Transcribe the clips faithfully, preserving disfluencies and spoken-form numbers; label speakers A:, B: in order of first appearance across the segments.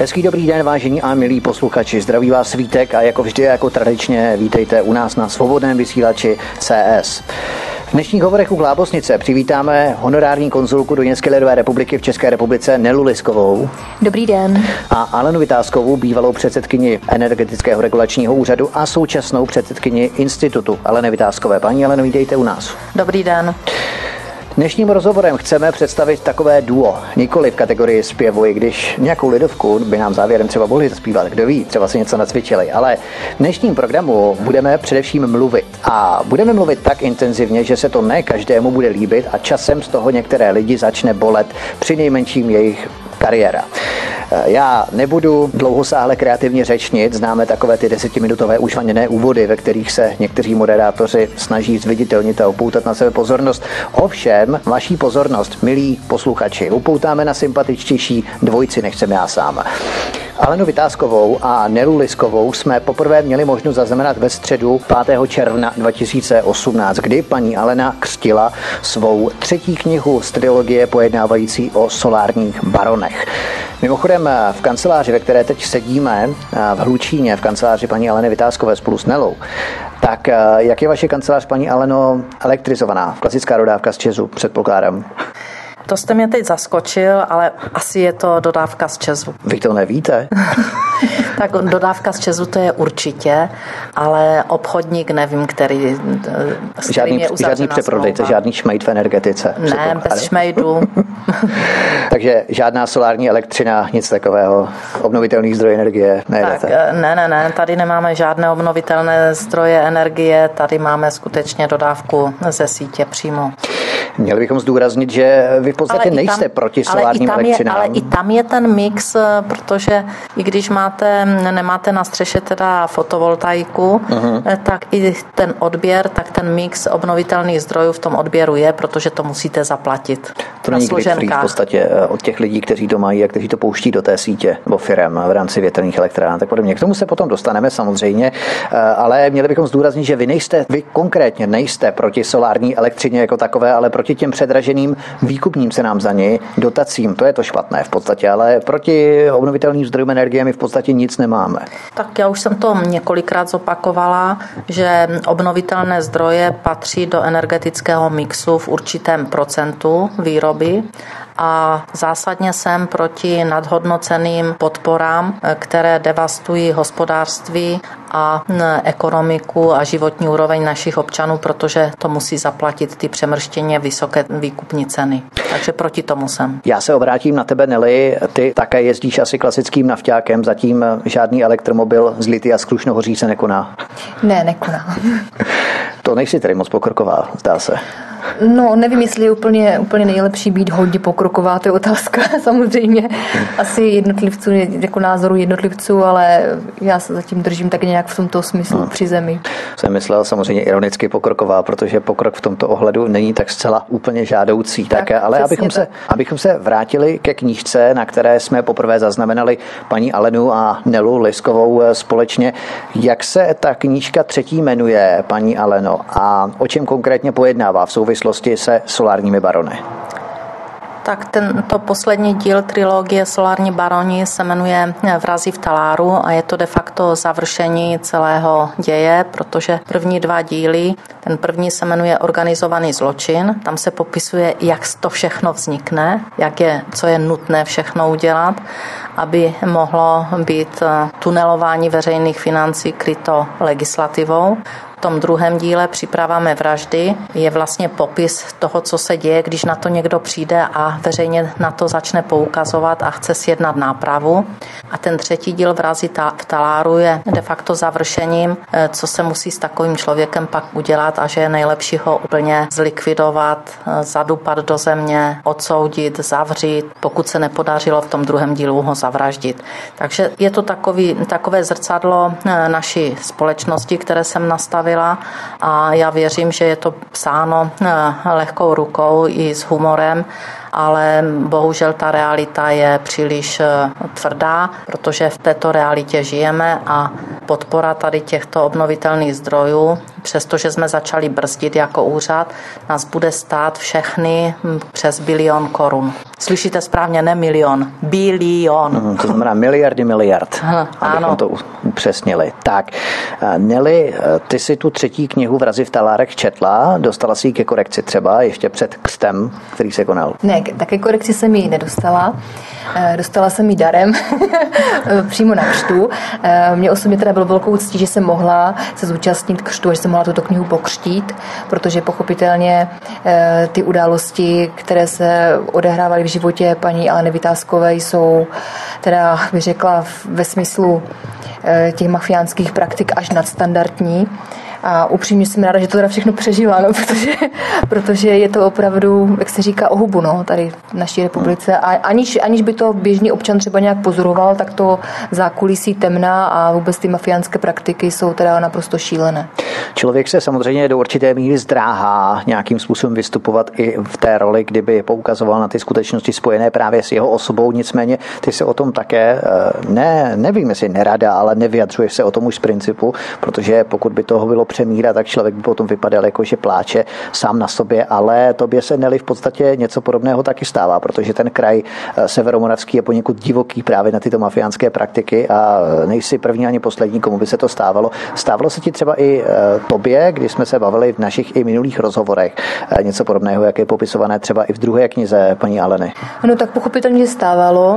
A: Hezký dobrý den, vážení a milí posluchači. Zdraví vás Vítek a jako vždy, jako tradičně, vítejte u nás na svobodném vysílači C S. V dnešních hovorech u Klábosnice přivítáme honorární konzulku Doněcké lidové republiky v České republice Nelu Liskovou.
B: Dobrý den.
A: A Alenu Vytázkovou, bývalou předsedkyni Energetického regulačního úřadu a současnou předsedkyni Institutu Aleny Vytázkové. Paní Aleno, vítejte u nás.
B: Dobrý den.
A: Dnešním rozhovorem chceme představit takové duo, nikoli v kategorii zpěvu, i když nějakou lidovku by nám závěrem třeba mohli zaspívat, kdo ví, třeba si něco nacvičili, ale v dnešním programu budeme především mluvit a budeme mluvit tak intenzivně, že se to ne každému bude líbit a časem z toho některé lidi začne bolet při nejmenším jejich kariéra. Já nebudu dlouhosáhle kreativně řečnit, známe takové ty desetiminutové užvaněné úvody, ve kterých se někteří moderátoři snaží zviditelnit a upoutat na sebe pozornost. Ovšem, vaší pozornost, milí posluchači, upoutáme na sympatičtější dvojici, než jsem já sám. Alenu Vytázkovou a Nelu Liskovou jsme poprvé měli možnost zaznamenat ve středu pátého června dva tisíce osmnáct, kdy paní Alena křtila svou třetí knihu z trilogie pojednávající o solárních baronech. Mimochodem v kanceláři, ve které teď sedíme, v Hlučíně, v kanceláři paní Aleny Vytázkové spolu s Nelou, tak jak je vaše kancelář, paní Aleno, elektrizovaná? Klasická dodávka z ČEZu, předpokládám.
B: To jste mě teď zaskočil, ale asi je to dodávka z ČEZu.
A: Vy to nevíte?
B: Tak dodávka z ČEZu to je určitě, ale obchodník nevím, který s
A: žádný,
B: je
A: žádný přeprodejce, žádný šmejd v energetice.
B: Ne, bez šmejdu.
A: Takže žádná solární elektřina, nic takového, obnovitelných zdrojů energie nejedete?
B: Tak, ne, ne, ne, tady nemáme žádné obnovitelné zdroje energie, tady máme skutečně dodávku ze sítě přímo.
A: Měli bychom zdůraznit, že vy v podstatě tam, nejste proti solárním
B: ale
A: elektřinám.
B: Je, ale i tam je ten mix, protože i když máte, nemáte na střeše teda fotovoltaiku, uh-huh. tak i ten odběr, tak ten mix obnovitelných zdrojů v tom odběru je, protože to musíte zaplatit.
A: To není free v podstatě od těch lidí, kteří to mají a kteří to pouští do té sítě nebo firem v rámci větrných elektrárn. Tak podobně. K tomu se potom dostaneme samozřejmě, ale měli bychom zdůraznit, že vy nejste, vy konkrétně nejste proti solární elektřině jako takové, ale proti těm předraženým výkupním cenám za ní, dotacím, to je to špatné v podstatě, ale proti obnovitelným zdrojům energie my v podstatě nic nemáme.
B: Tak já už jsem to několikrát zopakovala, že obnovitelné zdroje patří do energetického mixu v určitém procentu výroby a zásadně jsem proti nadhodnoceným podporám, které devastují hospodářství a ekonomiku a životní úroveň našich občanů, protože to musí zaplatit ty přemrštěně vysoké výkupní ceny. Takže proti tomu jsem.
A: Já se obrátím na tebe, Neli. Ty také jezdíš asi klasickým nafťákem, zatím žádný elektromobil z litia z Krušnohoří se nekoná.
C: Ne, nekoná.
A: To nejsi tedy moc pokroková, zdá se.
C: No, nevím, jestli je úplně, úplně nejlepší být hodně pokroková, to je otázka samozřejmě. Asi jednotlivců, jako názoru jednotlivců, ale já se zatím držím tak nějak v tomto smyslu no. při zemi.
A: Jsem myslel samozřejmě ironicky pokroková, protože pokrok v tomto ohledu není tak zcela úplně žádoucí. Tak, tak ale abychom se, abychom se vrátili ke knížce, na které jsme poprvé zaznamenali paní Alenu a Nelu Liskovou společně. Jak se ta knížka třetí jmenuje, paní Aleno, a o čem konkrétně pojednává v souvislosti se solárními barony?
B: Tak tento poslední díl trilogie Solární baroni se jmenuje Vrazi v taláru a je to de facto završení celého děje, protože první dva díly, ten první se jmenuje Organizovaný zločin, tam se popisuje, jak to všechno vznikne, jak je, co je nutné všechno udělat, aby mohlo být tunelování veřejných financí kryto legislativou. V tom druhém díle Připraváme vraždy je vlastně popis toho, co se děje, když na to někdo přijde a veřejně na to začne poukazovat a chce sjednat nápravu. A ten třetí díl Vrazi v taláru je de facto završením, co se musí s takovým člověkem pak udělat a že je nejlepší ho úplně zlikvidovat, zadupat do země, odsoudit, zavřít, pokud se nepodařilo v tom druhém dílu ho zavraždit. Takže je to takový, takové zrcadlo naší společnosti, které jsem nastavila a já věřím, že je to psáno lehkou rukou i s humorem ale bohužel ta realita je příliš tvrdá, protože v této realitě žijeme a podpora tady těchto obnovitelných zdrojů, přestože jsme začali brzdit jako úřad, nás bude stát všechny přes bilion korun. Slyšíte správně, ne milion, bilion.
A: Hmm, to znamená miliardy miliard,
B: Aha,
A: abychom
B: ano.
A: to upřesnili. Tak, Neli, ty si tu třetí knihu Vrazi v talárech četla, dostala si ji ke korekci třeba ještě před křtem, který se konal?
C: Ne, také korekci jsem ji nedostala. Dostala jsem ji darem přímo na křtu. Mně osobně teda bylo velkou ctí, že jsem mohla se zúčastnit křtu a že jsem mohla tuto knihu pokřtít, protože pochopitelně ty události, které se odehrávaly v životě paní Aleny Vytázkové, jsou teda, bych řekla, ve smyslu těch mafiánských praktik až nadstandardní. A upřímně jsem ráda, že to teda všechno přežila, no, protože, protože je to opravdu, jak se říká, o hubu, no, tady v naší republice. A aniž, aniž by to běžný občan třeba nějak pozoroval, tak to zákulisí temna a vůbec ty mafiánské praktiky jsou teda naprosto šílené.
A: Člověk se samozřejmě do určité míry zdráhá nějakým způsobem vystupovat i v té roli, kdyby poukazoval na ty skutečnosti spojené právě s jeho osobou. Nicméně ty se o tom také, ne, nevím, jestli nerada, ale nevyjadřuješ se o tom už z principu, protože pokud by toho bylo přemíra, tak člověk by potom vypadal jako, že pláče sám na sobě, ale tobě se, Neli, v podstatě něco podobného taky stává, protože ten kraj severomoravský je poněkud divoký právě na tyto mafiánské praktiky a nejsi první ani poslední, komu by se to stávalo. Stávalo se ti třeba i tobě, když jsme se bavili v našich i minulých rozhovorech, něco podobného, jak je popisované třeba i v druhé knize paní Aleny?
C: No tak pochopitelně stávalo.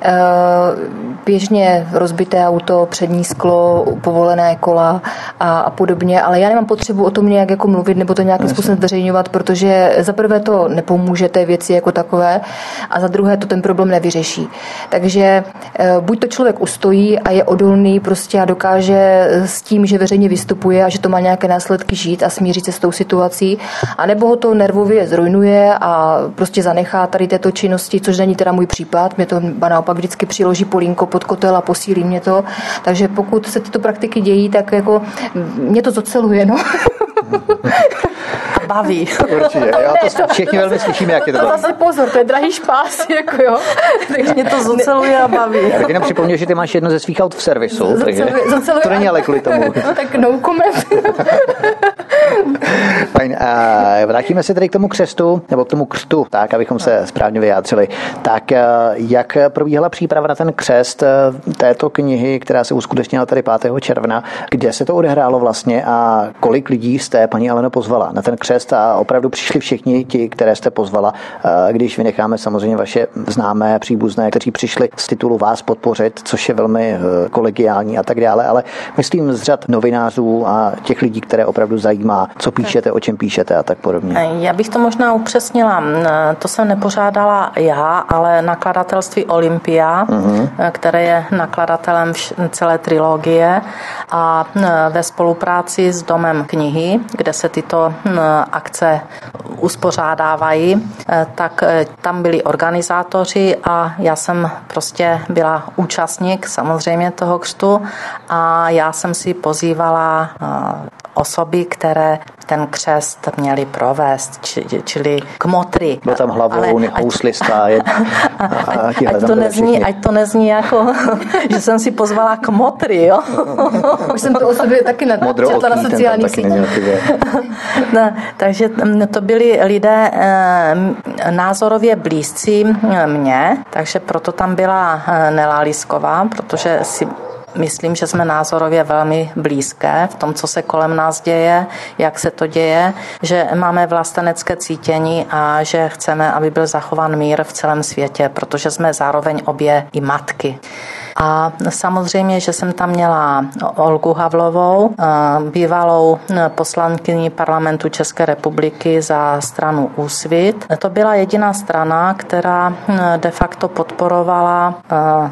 C: Běžně rozbité auto, přední sklo, povolené kola a, a podobně, ale já nemám potřebu o tom nějak jako mluvit nebo to nějakým způsobem zveřejňovat, protože za prvé to nepomůže té věci jako takové a za druhé to ten problém nevyřeší. Takže buď to člověk ustojí a je odolný prostě a dokáže s tím, že veřejně vystupuje a že to má nějaké následky, žít a smířit se s tou situací, anebo ho to nervově zrujnuje a prostě zanechá tady této činnosti, což není teda můj případ, mě to naopak vždycky přiloží polínko pod kotel a posílí mě to. Takže pokud se tyto praktiky dějí, tak jako mě to zoceluje, no.
B: A baví.
A: Určitě, jo, to všichni velmi slyšíme, jak je to
C: To
A: baví.
C: zase pozor, to je drahý špás, jako jo.
B: Takže mě to zoceluje a baví.
A: Já bych jenom připomněl, že ty máš jedno ze svých aut v servisu, takže
C: Zoceluje,
A: to není ale kvůli tomu.
C: No, tak no comment.
A: Fajn. A vrátíme se tedy k tomu křestu, nebo k tomu křtu, tak, abychom se správně vyjádřili. Tak jak probíhala příprava na ten křest této knihy, která se uskutečnila tady pátého června, kde se to odehrálo vlastně a kolik lidí jste, paní Aleno, pozvala na ten křest a opravdu přišli všichni ti, které jste pozvala, když vynecháme samozřejmě vaše známé příbuzné, kteří přišli z titulu vás podpořit, což je velmi kolegiální a tak dále, ale myslím z řad novinářů a těch lidí, které opravdu zajímá, co píšete, o čem píšete a tak podobně.
B: Já bych to možná upřesnila. To jsem nepořádala já, ale nakladatelství Olympia, uh-huh. které je nakladatelem celé trilogie a ve spolupráci s Domem knihy, kde se tyto akce uspořádávají, tak tam byli organizátoři a já jsem prostě byla účastník samozřejmě toho křtu a já jsem si pozývala osoby, které ten křest měli provést, či, čili kmotry.
A: Byl tam hlavou, houslista.
B: Ať, ať, to nezní, ať to nezní jako, že jsem si pozvala kmotry, jo?
C: Už jsem to o sobě taky načetla na sociálních sítích.
B: No, takže to byli lidé e, názorově blízcí mě, takže proto tam byla Nela Lisková, protože si myslím, že jsme názorově velmi blízké v tom, co se kolem nás děje, jak se to děje, že máme vlastenecké cítění a že chceme, aby byl zachován mír v celém světě, protože jsme zároveň obě i matky. A samozřejmě, že jsem tam měla Olgu Havlovou, bývalou poslankyni parlamentu České republiky za stranu Úsvit. To byla jediná strana, která de facto podporovala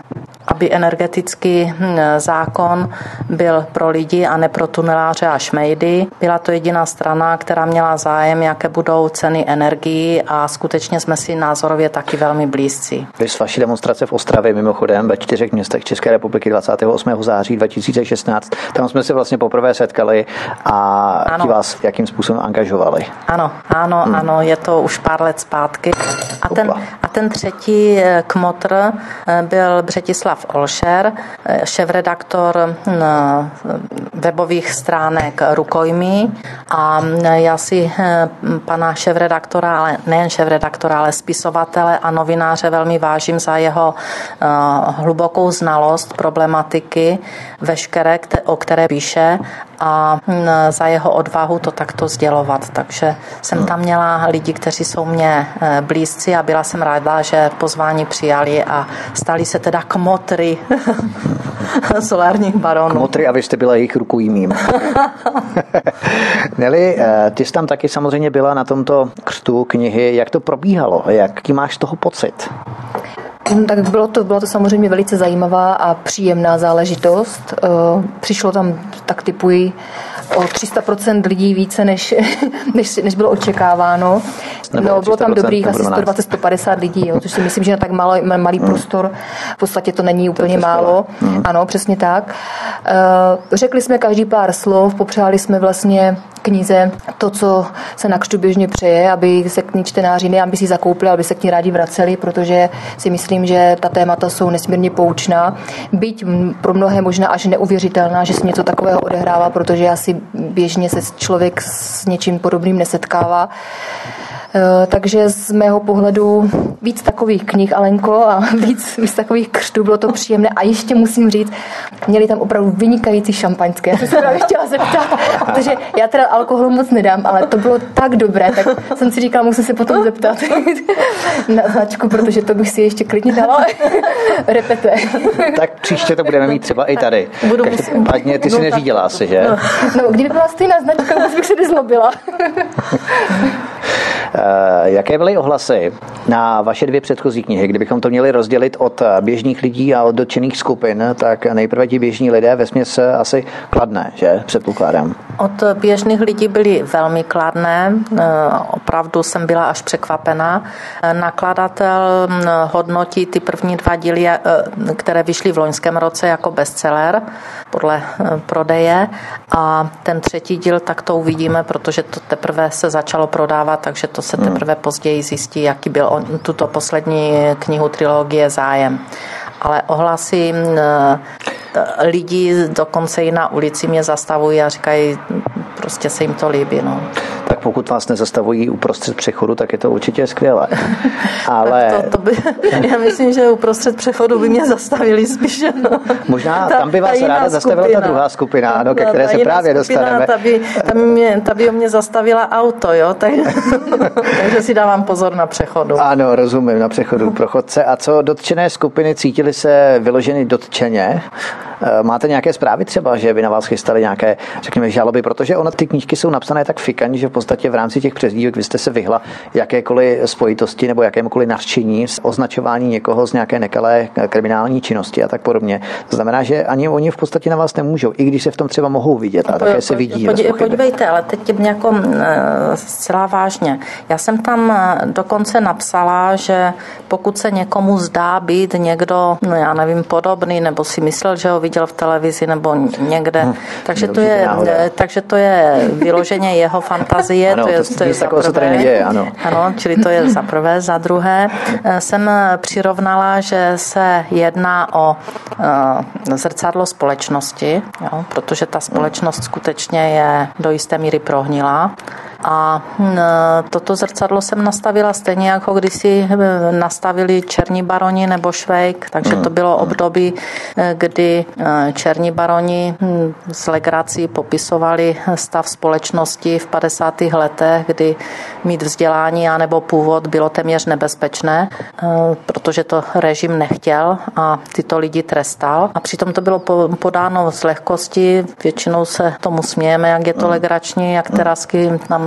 B: aby energetický zákon byl pro lidi a ne pro tuneláře a šmejdy. Byla to jediná strana, která měla zájem, jaké budou ceny energií a skutečně jsme si názorově taky velmi blízcí.
A: Vy vaší demonstrace v Ostravě mimochodem ve čtyřech městech České republiky dvacátého osmého září dva tisíce šestnáct. Tam jsme se vlastně poprvé setkali a ano. Ti vás jakým způsobem angažovali.
B: Ano, ano, hmm. ano, je to už pár let zpátky. A ten, a ten třetí kmotr byl Břetislav Olšer, šéfredaktor webových stránek Rukojmí a já si pana šéfredaktora, ale nejen šéfredaktora, ale spisovatele a novináře velmi vážím za jeho hlubokou znalost problematiky veškeré, o které píše a za jeho odvahu to takto sdělovat. Takže jsem tam měla lidi, kteří jsou mě blízci a byla jsem ráda, že pozvání přijali a stali se teda kmotry solárních baronů.
A: Kmotry a vy jste byla jejich rukojmím. Neli, ty jsi tam taky samozřejmě byla na tomto křtu knihy. Jak to probíhalo? Jaký máš z toho pocit?
C: Tak bylo to, bylo to samozřejmě velice zajímavá a příjemná záležitost. Přišlo tam, tak typuji, o tři sta procent lidí více, než, než, než bylo očekáváno. No, bylo tam dobrých asi sto dvacet až sto padesát lidí, jo, což si myslím, že na tak malý, malý hmm. prostor v podstatě to není úplně to málo. Hmm. Ano, přesně tak. Řekli jsme každý pár slov, popřáli jsme vlastně knize to, co se na křtu běžně přeje, aby se k ní čtenáři nejen by si zakoupili, aby se k ní rádi vraceli, protože si myslím, že ta témata jsou nesmírně poučná. Byť pro mnohé možná až neuvěřitelná, že se něco takového odehrává, protože asi běžně se člověk s něčím podobným nesetkává. Takže z mého pohledu víc takových knih, Alenko, a víc, víc takových křtů, bylo to příjemné. A ještě musím říct, měli tam opravdu vynikající šampaňské. Já jsem se právě chtěla zeptat, protože já teda alkohol moc nedám, ale to bylo tak dobré, tak jsem si říkala, musím se potom zeptat na značku, protože to bych si ještě klidně dala. Repete.
A: Tak příště to budeme mít třeba i tady. Každopádně ty si neřídila asi, že?
C: No, no kdyby byla stejná značka, tak bych se nezlobila.
A: Jaké byly ohlasy na vaše dvě předchozí knihy? Kdybychom to měli rozdělit od běžných lidí a od dotčených skupin, tak nejprve ti běžní lidé vesměs asi kladné, že? Předpokládám.
B: Od běžných lidí byly velmi kladné. Opravdu jsem byla až překvapená. Nakladatel hodnotí ty první dva díly, které vyšly v loňském roce jako bestseller podle prodeje a ten třetí díl tak to uvidíme, protože to teprve se začalo prodávat, takže to se teprve později zjistí, jaký byl o tuto poslední knihu trilogie zájem. Ale ohlasy lidí dokonce i na ulici mě zastavují a říkají, prostě se jim to líbí. No.
A: Tak pokud vás nezastavují uprostřed přechodu, tak je to určitě skvělé. Ale...
B: to, to by, já myslím, že uprostřed přechodu by mě zastavili spíš. No.
A: Možná ta, tam by vás ráda zastavila skupina. Ta druhá skupina, ano, ke které se právě skupina, dostaneme.
B: Ta by, ta, by mě, ta by o mě zastavila auto, jo? Tak, takže si dávám pozor na přechodu.
A: Ano, rozumím, na přechodu pro chodce. A co dotčené skupiny, cítili se vyloženy dotčeně? Máte nějaké zprávy třeba, že by na vás chystali nějaké, řekněme, žaloby, protože ono ty knížky jsou napsané tak fikani, že v podstatě v rámci těch přezdívek vy jste se vyhla jakékoliv spojitosti nebo jakémukoliv nařčení, označování někoho z nějaké nekalé kriminální činnosti a tak podobně. To znamená, že ani oni v podstatě na vás nemůžou, i když se v tom třeba mohou vidět a také se vidí.
B: Podívej, podívejte, ale teď jako zcela vážně. Já jsem tam dokonce napsala, že pokud se někomu zdá být někdo, no já nevím, podobný, nebo si myslel, že ho viděl v televizi nebo někde, hmm, takže, to je, takže to je vyloženě jeho fantazie.
A: Ano,
B: to je,
A: to,
B: to je
A: za prvé. Se tady neděje, ano.
B: Ano, čili to je za prvé. Za druhé jsem přirovnala, že se jedná o uh, zrcadlo společnosti, jo, protože ta společnost skutečně je do jisté míry prohnilá. A toto zrcadlo jsem nastavila stejně, jako když si nastavili černí baroni nebo Švejk, takže to bylo období, kdy černí baroni s legrací popisovali stav společnosti v padesátých letech, kdy mít vzdělání a nebo původ bylo téměř nebezpečné, protože to režim nechtěl a tyto lidi trestal. A přitom to bylo podáno z lehkosti, většinou se tomu smějeme, jak je to legrační, jak terasky nám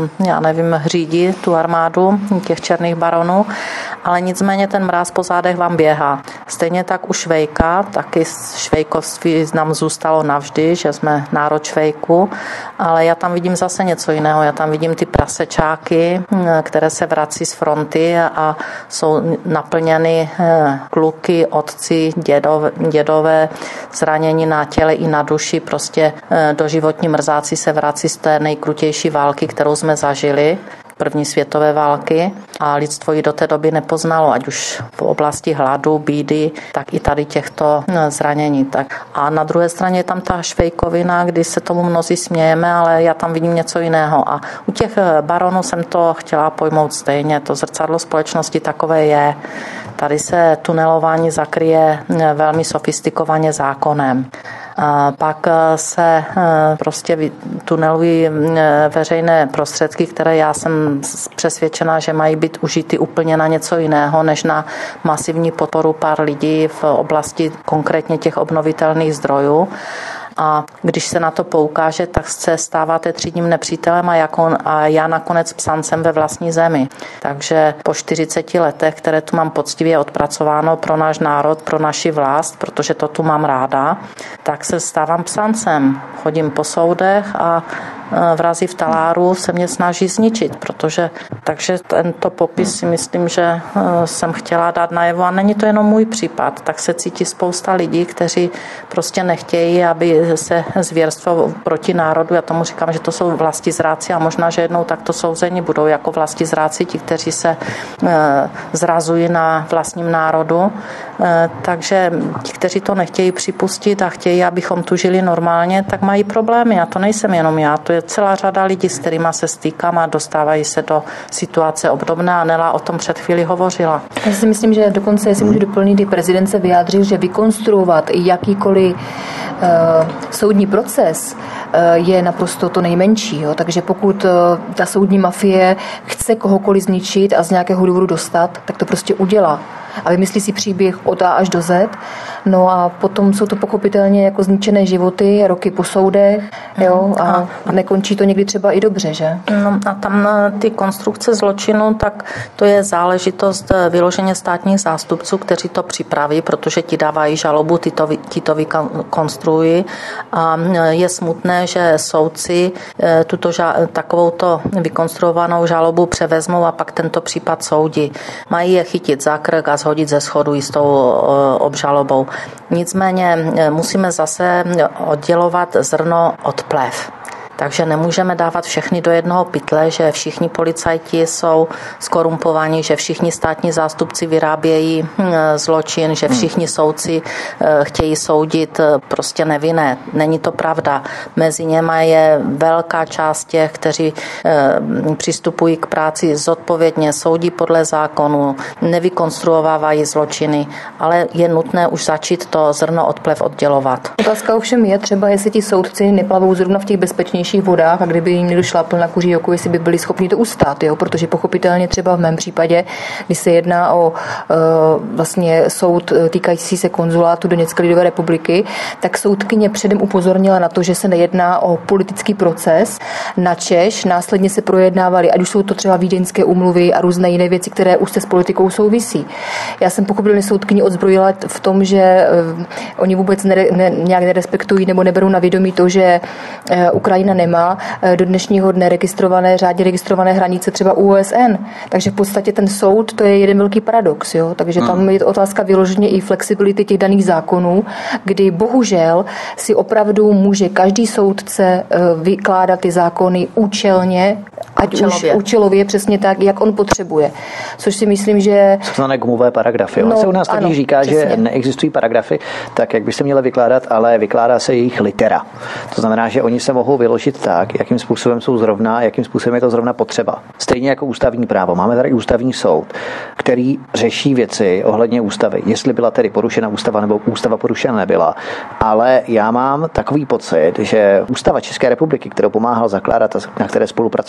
B: tam, já nevím, řídí tu armádu těch černých baronů, ale nicméně ten mráz po zádech vám běhá. Stejně tak u Švejka, taky švejkovství nám zůstalo navždy, že jsme národ Švejku, ale já tam vidím zase něco jiného. Já tam vidím ty prasečáky, které se vrací z fronty a jsou naplněny kluky, otci, dědové, dědové, zranění na těle i na duši, prostě doživotní mrzáci se vrací z té nejkrutější války, kterou jsme zažili, první světové války, a lidstvo ji do té doby nepoznalo, ať už v oblasti hladu, bídy, tak i tady těchto zranění. Tak. A na druhé straně je tam ta švejkovina, kdy se tomu mnozí smějeme, ale já tam vidím něco jiného. A u těch baronů jsem to chtěla pojmout stejně. To zrcadlo společnosti takové je. Tady se tunelování zakryje velmi sofistikovaně zákonem. A pak se prostě tunelují veřejné prostředky, které já jsem přesvědčena, že mají být užity úplně na něco jiného, než na masivní podporu pár lidí v oblasti konkrétně těch obnovitelných zdrojů. A když se na to poukáže, tak se stáváte třídním nepřítelem a, jako, a já nakonec psancem ve vlastní zemi. Takže po čtyřiceti letech, které tu mám poctivě odpracováno pro náš národ, pro naši vlast, protože to tu mám ráda, tak se stávám psancem. Chodím po soudech a vrazi v taláru se mě snaží zničit, protože takže tento popis si myslím, že jsem chtěla dát najevo a není to jenom můj případ, tak se cítí spousta lidí, kteří prostě nechtějí, aby se zvěrstvo proti národu, já tomu říkám, že to jsou vlastizráci a možná, že jednou takto souzeni budou jako vlastizráci, ti, kteří se zrazují na vlastním národu, takže ti, kteří to nechtějí připustit a chtějí, abychom tu žili normálně, tak mají problémy a to nejsem jenom já, to je celá řada lidí, s kterými se stýkám a dostávají se do situace obdobné a Nela o tom před chvíli hovořila.
C: Já si myslím, že dokonce, jestli můžu doplnit, kdy prezident se vyjádřil, že vykonstruovat jakýkoliv uh, soudní proces uh, je naprosto to nejmenší. Jo? Takže pokud uh, ta soudní mafie chce kohokoliv zničit a z nějakého důvodu dostat, tak to prostě udělá. A vymyslí si příběh od A až do Z. No a potom jsou to pochopitelně jako zničené životy, roky po soudech, jo, a nekončí to někdy třeba i dobře, že?
B: No a tam ty konstrukce zločinu, tak to je záležitost vyloženě státních zástupců, kteří to připraví, protože ti dávají žalobu, ti to, ti to vykonstruují. A je smutné, že soudci tuto ža- takovouto vykonstruovanou žalobu převezmou a pak tento případ soudí. Mají je chytit za krk a zhodit ze schodu i s tou obžalobou. Nicméně musíme zase oddělovat zrno od plev. Takže nemůžeme dávat všechny do jednoho pytle, že všichni policajti jsou skorumpovaní, že všichni státní zástupci vyrábějí zločin, že všichni soudci chtějí soudit prostě nevinné. Není to pravda. Mezi něma je velká část těch, kteří přistupují k práci zodpovědně, soudí podle zákonu, nevykonstruovávají zločiny, ale je nutné už začít to zrno od plev oddělovat.
C: Otázka ovšem je třeba, jestli ti soudci neplavou zrovna v těch bezpečnějších vodách a kdyby jim někdo šlápl na kuří oko, jestli by byli schopni to ustát, jo? Protože pochopitelně třeba v mém případě, když se jedná o e, vlastně soud týkající se konzulátu Doněcké lidové republiky, tak soudkyně předem upozornila na to, že se nejedná o politický proces, načež následně se projednávaly, ať už jsou to třeba vídeňské úmluvy a různé jiné věci, které už se s politikou souvisí. Já jsem pochopitelně soudkyni odzbrojila v tom, že e, oni vůbec ne, ne, nějak nerespektují nebo neberou na vědomí to, že e, Ukrajina nemá do dnešního dne registrované, řádně registrované hranice třeba U S N. Takže v podstatě ten soud, to je jeden velký paradox. Jo? Takže tam je otázka vyloženě i flexibility těch daných zákonů, kdy bohužel si opravdu může každý soudce vykládat ty zákony účelně, ať účelově. už účelově přesně tak, jak on potřebuje. Což si myslím, že...
A: Jsou gumové paragrafy. No, se u nás taky říká, přesně. Že neexistují paragrafy, tak jak by se měly vykládat, ale vykládá se jejich litera. To znamená, že oni se mohou vyložit tak, jakým způsobem jsou zrovna, jakým způsobem je to zrovna potřeba. Stejně jako ústavní právo. Máme tady ústavní soud, který řeší věci ohledně ústavy. Jestli byla tedy porušena ústava nebo ústava porušena nebyla. Ale já mám takový pocit, že ústava České republiky, kterou pomáhal zakládat a na které spolupracoval pan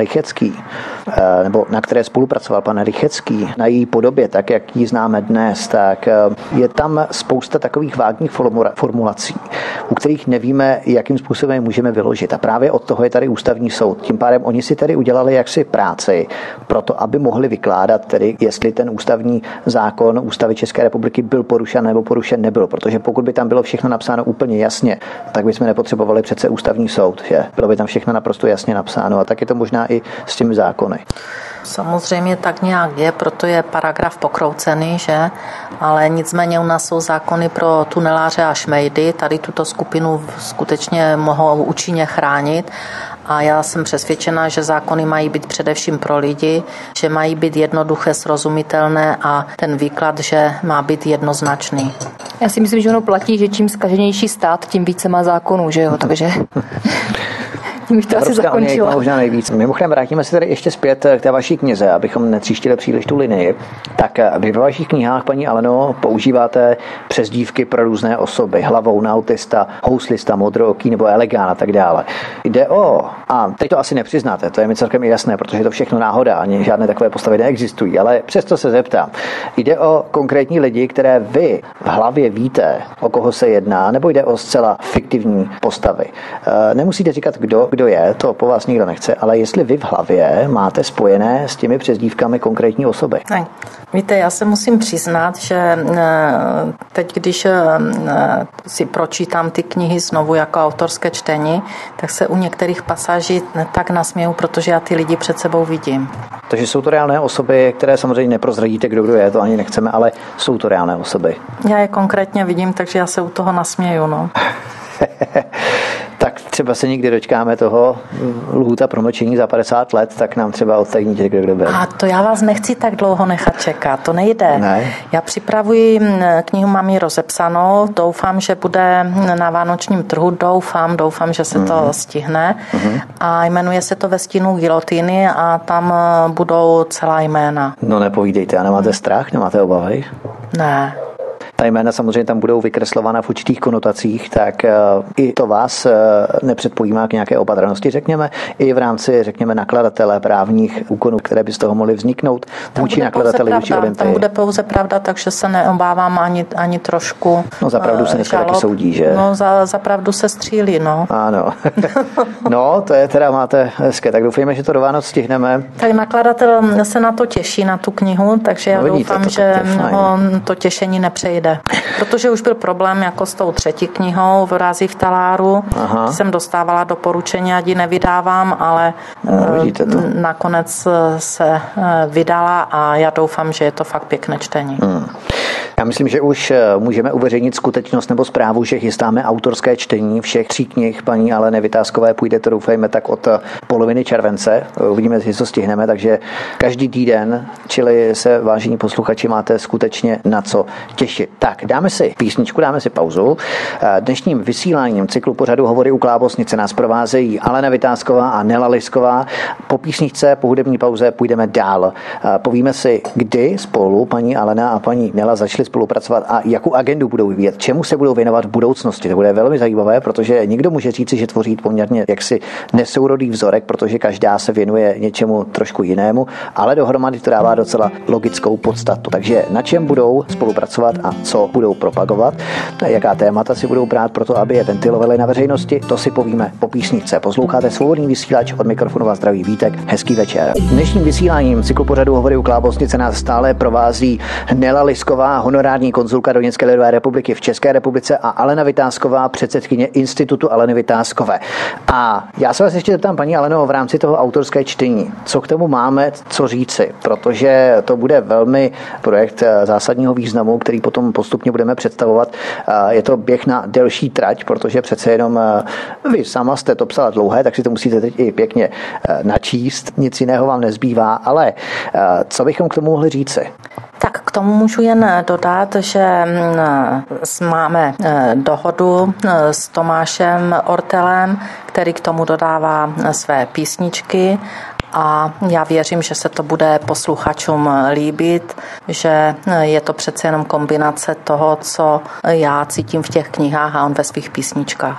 A: Rychetský, nebo na které spolupracoval pan Rychetský, na její podobě, tak jak ji známe dnes, tak je tam spousta takových vágních formulací, u kterých nevíme, jakým způsobem můžeme vyložit. A právě od toho je tady ústavní soud. Tím pádem oni si tady udělali jaksi práci pro to, aby mohli vykládat tedy, jestli ten ústavní zákon Ústavy České republiky byl porušen nebo porušen nebyl. Protože pokud by tam bylo všechno napsáno úplně jasně, tak bychom nepotřebovali přece ústavní soud. Že? Bylo by tam všechno naprosto jasně napsáno. A tak je to možná i s těmi zákony.
B: Samozřejmě tak nějak je, proto je paragraf pokroucený, že? Ale nicméně u nás jsou zákony pro tuneláře a šmejdy. Tady tuto skupinu skutečně mohou účinně chránit. A já jsem přesvědčena, že zákony mají být především pro lidi, že mají být jednoduché, srozumitelné a ten výklad, že má být jednoznačný.
C: Já si myslím, že ono platí, že čím zkaženější stát, tím více má zákonů, že jo, takže... Tím bych to asi zakončila.
A: Možná nejvíc. Mimochodem, vrátíme se tady ještě zpět k té vaší knize, abychom netříštili příliš tu linii. Tak vy ve vašich knihách, paní Aleno, používáte přezdívky pro různé osoby. Hlavou, autista, houslista, modrooký nebo elegán a tak dále. Jde o, a teď to asi nepřiznáte, to je mi celkem jasné, protože to všechno náhoda, ani žádné takové postavy neexistují, ale přesto se zeptám. Jde o konkrétní lidi, které vy v hlavě víte, o koho se jedná, nebo jde o zcela fiktivní postavy. Nemusíte říkat, kdo kdo je, to po vás nikdo nechce, ale jestli vy v hlavě máte spojené s těmi přezdívkami konkrétní osoby.
B: Ne. Víte, já se musím přiznat, že teď, když si pročítám ty knihy znovu jako autorské čtení, tak se u některých pasáží tak nasměju, protože já ty lidi před sebou vidím.
A: Takže jsou to reálné osoby, které samozřejmě neprozradíte, kdo kdo je, to ani nechceme, ale jsou to reálné osoby.
B: Já je konkrétně vidím, takže já se u toho nasměju, no.
A: Tak třeba se někdy dočkáme toho lhůta promlčení za padesát let, tak nám třeba odtajníte, kdo kdo byl.
B: A to já vás nechci tak dlouho nechat čekat, to nejde.
A: Ne.
B: Já připravuji knihu, mám ji rozepsanou, doufám, že bude na vánočním trhu, doufám, doufám, že se mm. to stihne. Mm. A jmenuje se to Ve stínu gilotýny a tam budou celá jména.
A: No nepovídejte, a nemáte strach, nemáte obavy?
B: Ne.
A: Ta jména samozřejmě tam budou vykreslována v určitých konotacích, tak uh, i to vás uh, nepředpojímá k nějaké opatrnosti, řekněme, i v rámci, řekněme, nakladatele právních úkonů, které by z toho mohly vzniknout vůči nakladateli, vůči Olympii.
B: Tam bude pouze pravda, takže se neobávám ani, ani trošku.
A: No za pravdu se dneska taky soudí, že?
B: No za, za pravdu se střílí, no.
A: Ano. No, to je teda máte hezké, tak doufejme, že to do Vánoc stihneme.
B: Tak nakladatel se na to těší, na tu knihu, takže já no, vidíte, doufám, to, že to, to těšení nepřejde. Protože už byl problém jako s tou třetí knihou Vrazí v taláru. Aha. Jsem dostávala doporučení, ať ji nevydávám, ale no, nakonec se vydala a já doufám, že je to fakt pěkné čtení. Hmm.
A: Já myslím, že už můžeme uveřejnit skutečnost nebo zprávu, že chystáme autorské čtení všech tří knih paní Aleny Vytázkové. Půjde to, doufejme, tak od poloviny července. Uvidíme, jestli to stihneme, takže každý týden, čili se, vážení posluchači, máte skutečně na co těšit. Tak, dáme si písničku, dáme si pauzu. Dnešním vysíláním cyklu pořadu Hovory u Klábosnice nás provázejí Alena Vytázková a Nela Lisková. Po písničce, po hudební pauze půjdeme dál. Povíme si, kdy spolu paní Alena a paní Nela začaly spolupracovat a jakou agendu budou vyvíjet, čemu se budou věnovat v budoucnosti. To bude velmi zajímavé, protože někdo může říci, že tvoří poměrně jaksi nesourodý vzorek, protože každá se věnuje něčemu trošku jinému, ale dohromady to dává docela logickou podstatu. Takže na čem budou spolupracovat a co budou propagovat, jaká témata si budou brát pro to, aby je ventilovali na veřejnosti, to si povíme po písničce. Posloucháte Svobodný vysílač, od mikrofonu vás zdraví Vítek. Hezký večer. Dnešním vysíláním cyklu pořadu Hovory u Klábosnice nás stále provází Nela Lisková, honorární konzulka Doněcké lidové republiky v České republice, a Alena Vytázková, předsedkyně Institutu Aleny Vytázkové. A já se vás ještě zeptám, paní Aleno, v rámci toho autorské čtení, co k tomu máme co říci, protože to bude velmi projekt zásadního významu, který potom postupně budeme představovat. Je to běh na delší trať, protože přece jenom vy sama jste to psala dlouhé, tak si to musíte teď i pěkně načíst, nic jiného vám nezbývá, ale co bychom k tomu mohli říci?
B: Tak k tomu můžu jen dodat, že máme dohodu s Tomášem Ortelem, který k tomu dodává své písničky, a já věřím, že se to bude posluchačům líbit, že je to přece jenom kombinace toho, co já cítím v těch knihách a on ve svých písničkách.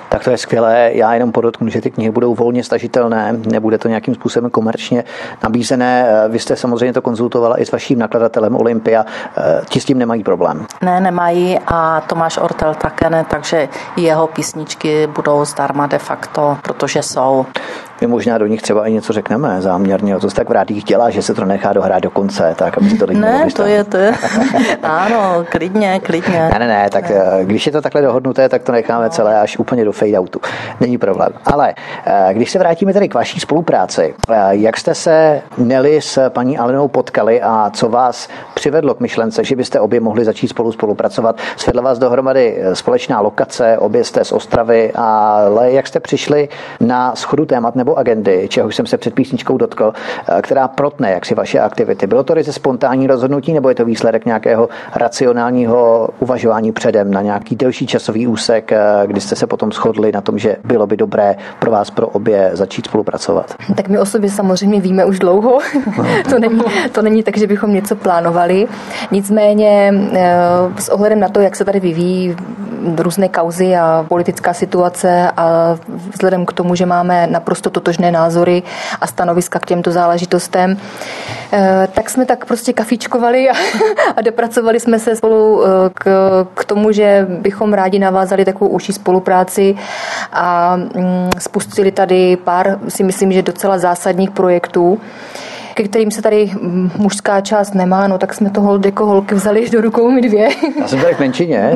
A: Tak to je skvělé. Já jenom podotknu, že ty knihy budou volně stažitelné, nebude to nějakým způsobem komerčně nabízené. Vy jste samozřejmě to konzultovala i s vaším nakladatelem Olympia. Ti s tím nemají problém?
B: Ne, nemají a Tomáš Ortel také ne, takže jeho písničky budou zdarma de facto, protože jsou.
A: My možná do nich třeba i něco řekneme záměrně, to se tak v rádích dělá, že se to nechá dohrát do konce, tak aby si to lidi
B: Ne, to je, to je. Ano, klidně, klidně.
A: Ne, ne, ne, tak ne. Když je to takhle dohodnuté, tak to necháme no. celé až úplně do fade-outu. Není problém. Ale když se vrátíme tedy k vaší spolupráci, jak jste se Nelly s paní Alenou potkali a co vás přivedlo k myšlence, že byste obě mohli začít spolu spolupracovat? Svedla vás dohromady společná lokace, obě jste z Ostravy, ale jak jste přišli na shodu témat nebo agendy, čehož jsem se před písničkou dotkl, která protne jaksi vaše aktivity? Bylo to ryze spontánní rozhodnutí, nebo je to výsledek nějakého racionálního uvažování předem na nějaký delší časový úsek, kdy jste se potom shodli na tom, že bylo by dobré pro vás, pro obě začít spolupracovat?
C: Tak my o sobě samozřejmě víme už dlouho. to, není, to není tak, že bychom něco plánovali. Nicméně s ohledem na to, jak se tady vyvíjí různé kauzy a politická situace a vzhledem k tomu, že máme naprosto totožné názory a stanoviska k těmto záležitostem, tak jsme tak prostě kafičkovali a, a dopracovali jsme se spolu k, k tomu, že bychom rádi navázali takovou užší spolupráci a spustili tady pár, si myslím, že docela zásadních projektů, ke kterým se tady mužská část nemá, no tak jsme to hold jako holky vzali do rukou my dvě.
A: Já jsem tady k menšině.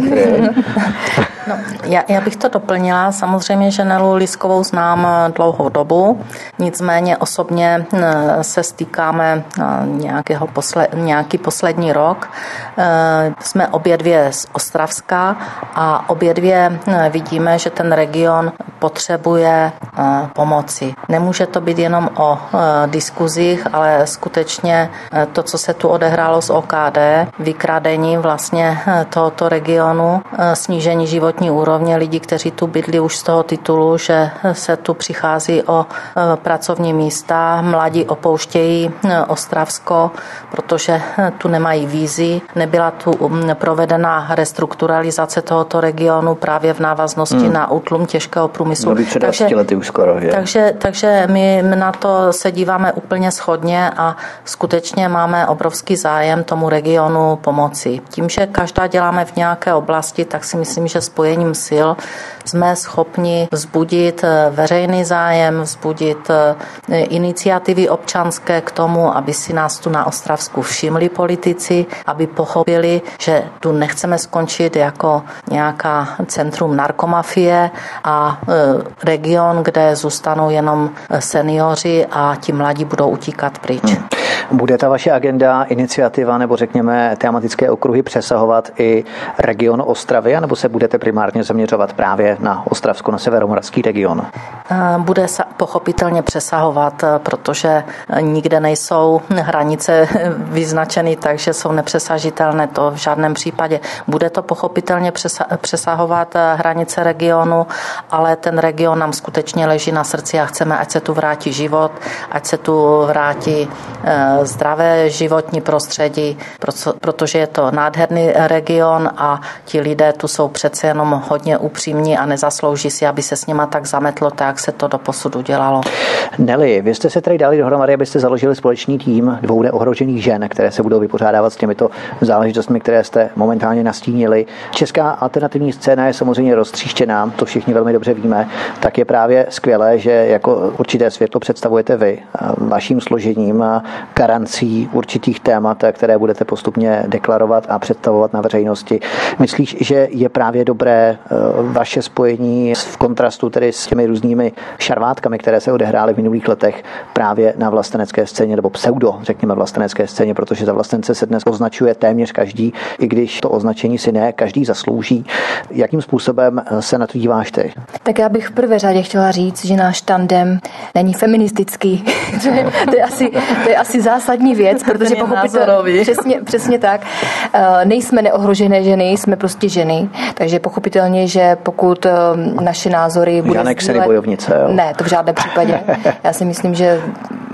B: No, já, já bych to doplnila. Samozřejmě, že Nelu Liskovou znám dlouhou dobu, nicméně osobně se stýkáme nějakého posle, nějaký poslední rok. Jsme obě dvě z Ostravska a obě dvě vidíme, že ten region potřebuje pomoci. Nemůže to být jenom o diskuzích, ale skutečně to, co se tu odehrálo z O K D, vykradení vlastně tohoto regionu, snížení životní úrovně lidí, kteří tu bydlí už z toho titulu, že se tu přichází o pracovní místa, mladí opouštějí Ostravsko, protože tu nemají vízy, nebyla tu provedena restrukturalizace tohoto regionu právě v návaznosti hmm. na útlum těžkého průmyslu.
A: Takže, lety už skoro, že?
B: takže, takže my na to se díváme úplně shodně a skutečně máme obrovský zájem tomu regionu pomoci. Tím, že každá děláme v nějaké oblasti, tak si myslím, že spojením sil jsme schopni vzbudit veřejný zájem, vzbudit iniciativy občanské k tomu, aby si nás tu na Ostravsku všimli politici, aby pochopili, že tu nechceme skončit jako nějaká centrum narkomafie a region, kde zůstanou jenom seniori a ti mladí budou utíkat pryč. Hmm.
A: Bude ta vaše agenda, iniciativa nebo řekněme tematické okruhy přesahovat i region Ostravy, nebo se budete primárně zaměřovat právě na Ostravsko, na severomoravský region?
B: Bude pochopitelně přesahovat, protože nikde nejsou hranice vyznačeny, takže jsou nepřesažitelné, to v žádném případě. Bude to pochopitelně přesahovat hranice regionu, ale ten region nám skutečně leží na srdci a chceme, ať se tu vrátí život, ať se tu vrátí zdravé životní prostředí, protože je to nádherný region a ti lidé tu jsou přece jenom hodně upřímní a nezaslouží si, aby se s nima tak zametlo, tak jak se to doposud udělalo.
A: Nelly, vy jste se tady dali dohromady, abyste založili společný tým dvou neohrožených žen, které se budou vypořádávat s těmito záležitostmi, které jste momentálně nastínili. Česká alternativní scéna je samozřejmě roztříštěná, to všichni velmi dobře víme, tak je právě skvělé, že jako určité světlo představujete vy vaším složením garancí určitých témat, které budete postupně deklarovat a představovat na veřejnosti. Myslíš, že je právě dobré vaše spojení v kontrastu tedy s těmi různými šarvátkami, které se odehrály v minulých letech právě na vlastenecké scéně nebo pseudo, řekněme, vlastenecké scéně, protože za vlastence se dnes označuje téměř každý, i když to označení si ne každý zaslouží. Jakým způsobem se na to díváš ty?
C: Tak já bych v prvé řadě chtěla říct, že náš tandem není feministický. to, je, to, je asi, to je asi zásadní věc, protože pochopitelně přesně, přesně tak. Nejsme neohrožené ženy, jsme prostě ženy, takže pochopitelně, že pokud naše názory bude
A: Žádné kseny bojovnice, jo?
C: Ne, to v žádném případě. Já si myslím, že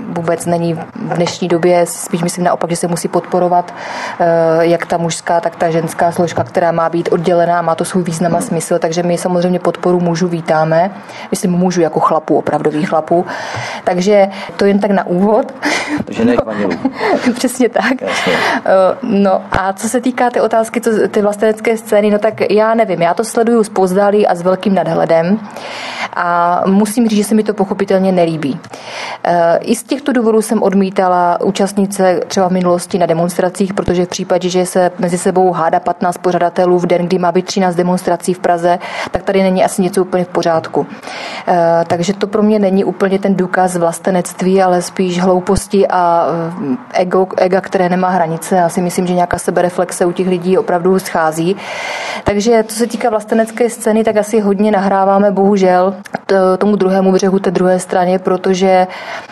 C: vůbec není v dnešní době, spíš myslím naopak, že se musí podporovat jak ta mužská, tak ta ženská složka, která má být oddělená, má to svůj význam a smysl, takže my samozřejmě podporu mužů vítáme. Myslím mužů jako chlapů, opravdových chlapů. Takže to jen tak na úvod.
A: Ženy k manželům.
C: Přesně tak.
A: Jasně.
C: No a co se týká ty otázky, co, ty vlastenecké scény, no tak já nevím, já to sleduju zpovzdálí a s velkým nadhledem a musím říct, že se mi to pochopitelně nelíbí. I z těchto důvodů jsem odmítala účastnit se třeba v minulosti na demonstracích, protože v případě, že se mezi sebou hádá patnáct pořadatelů v den, kdy má být třináct demonstrací v Praze, tak tady není asi něco úplně v pořádku. Takže to pro mě není úplně ten důkaz vlastenectví, ale spíš hlouposti a ego, ega, které nemá hranice. Já si myslím, že nějaká sebereflexe u těch lidí opravdu schází. Takže co se týká vlastenecké scény, tak asi hodně nahráváme bohužel tomu druhému břehu, té druhé straně, protože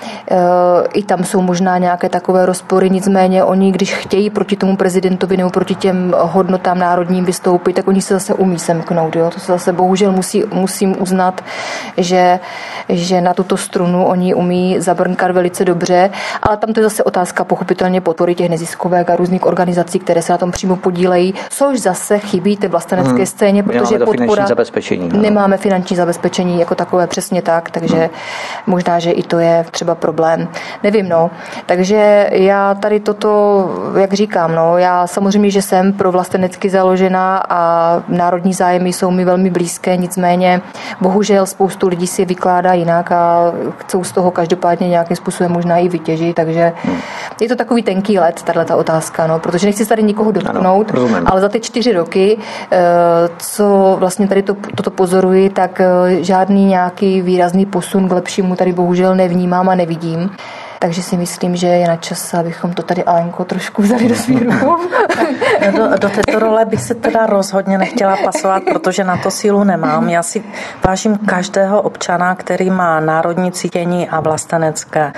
C: i tam jsou možná nějaké takové rozpory, nicméně oni, když chtějí proti tomu prezidentovi nebo proti těm hodnotám národním vystoupit, tak oni se zase umí semknout. Jo? To se zase bohužel musí, musím uznat, že, že na tuto strunu oni umí zabrnkat velice dobře, ale tam to je zase otázka pochopitelně podpory těch neziskovek a různých organizací, které se na tom přímo podílejí, což zase chybí té vlastenecké hmm. scéně, protože podpora
A: finanční zabezpečení, no.
C: nemáme finanční zabezpečení jako takové přesně tak, takže hmm. možná, že i to je třeba problém. Nevím, no. Takže já tady toto, jak říkám, no, já samozřejmě, že jsem pro vlastenecky založená a národní zájmy jsou mi velmi blízké, nicméně bohužel spoustu lidí si je vykládá jinak a chcou z toho každopádně nějakým způsobem možná i vytěžit, takže hmm. je to takový tenký led, tato otázka, no, protože nechci se tady nikoho dotknout, ano, ale za ty čtyři roky, co vlastně tady to, toto pozoruji, tak žádný nějaký výrazný posun k lepšímu tady bohužel nevnímám a nevidím. Takže si myslím, že je na čas, abychom to tady, Alenko, trošku vzali do svých rukou.
B: Do, do této role bych se teda rozhodně nechtěla pasovat, protože na to sílu nemám. Já si vážím každého občana, který má národní cítění a vlastenecké.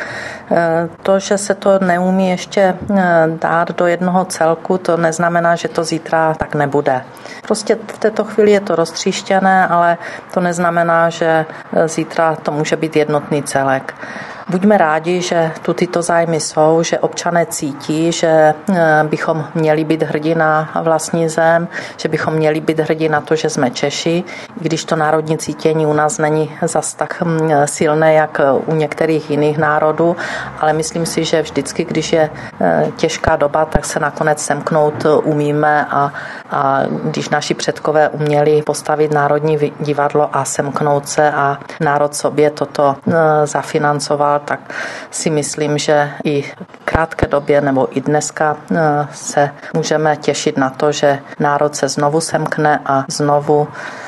B: To, že se to neumí ještě dát do jednoho celku, to neznamená, že to zítra tak nebude. Prostě v této chvíli je to roztříštěné, ale to neznamená, že zítra to může být jednotný celek. Buďme rádi, že tu tyto zájmy jsou, že občané cítí, že bychom měli být hrdí na vlastní zem, že bychom měli být hrdí na to, že jsme Češi, i když to národní cítění u nás není zas tak silné, jak u některých jiných národů, ale myslím si, že vždycky, když je těžká doba, tak se nakonec semknout umíme a, a když naši předkové uměli postavit Národní divadlo a semknout se a národ sobě toto zafinancoval, tak si myslím, že i v krátké době nebo i dneska se můžeme těšit na to, že národ se znovu semkne a znovu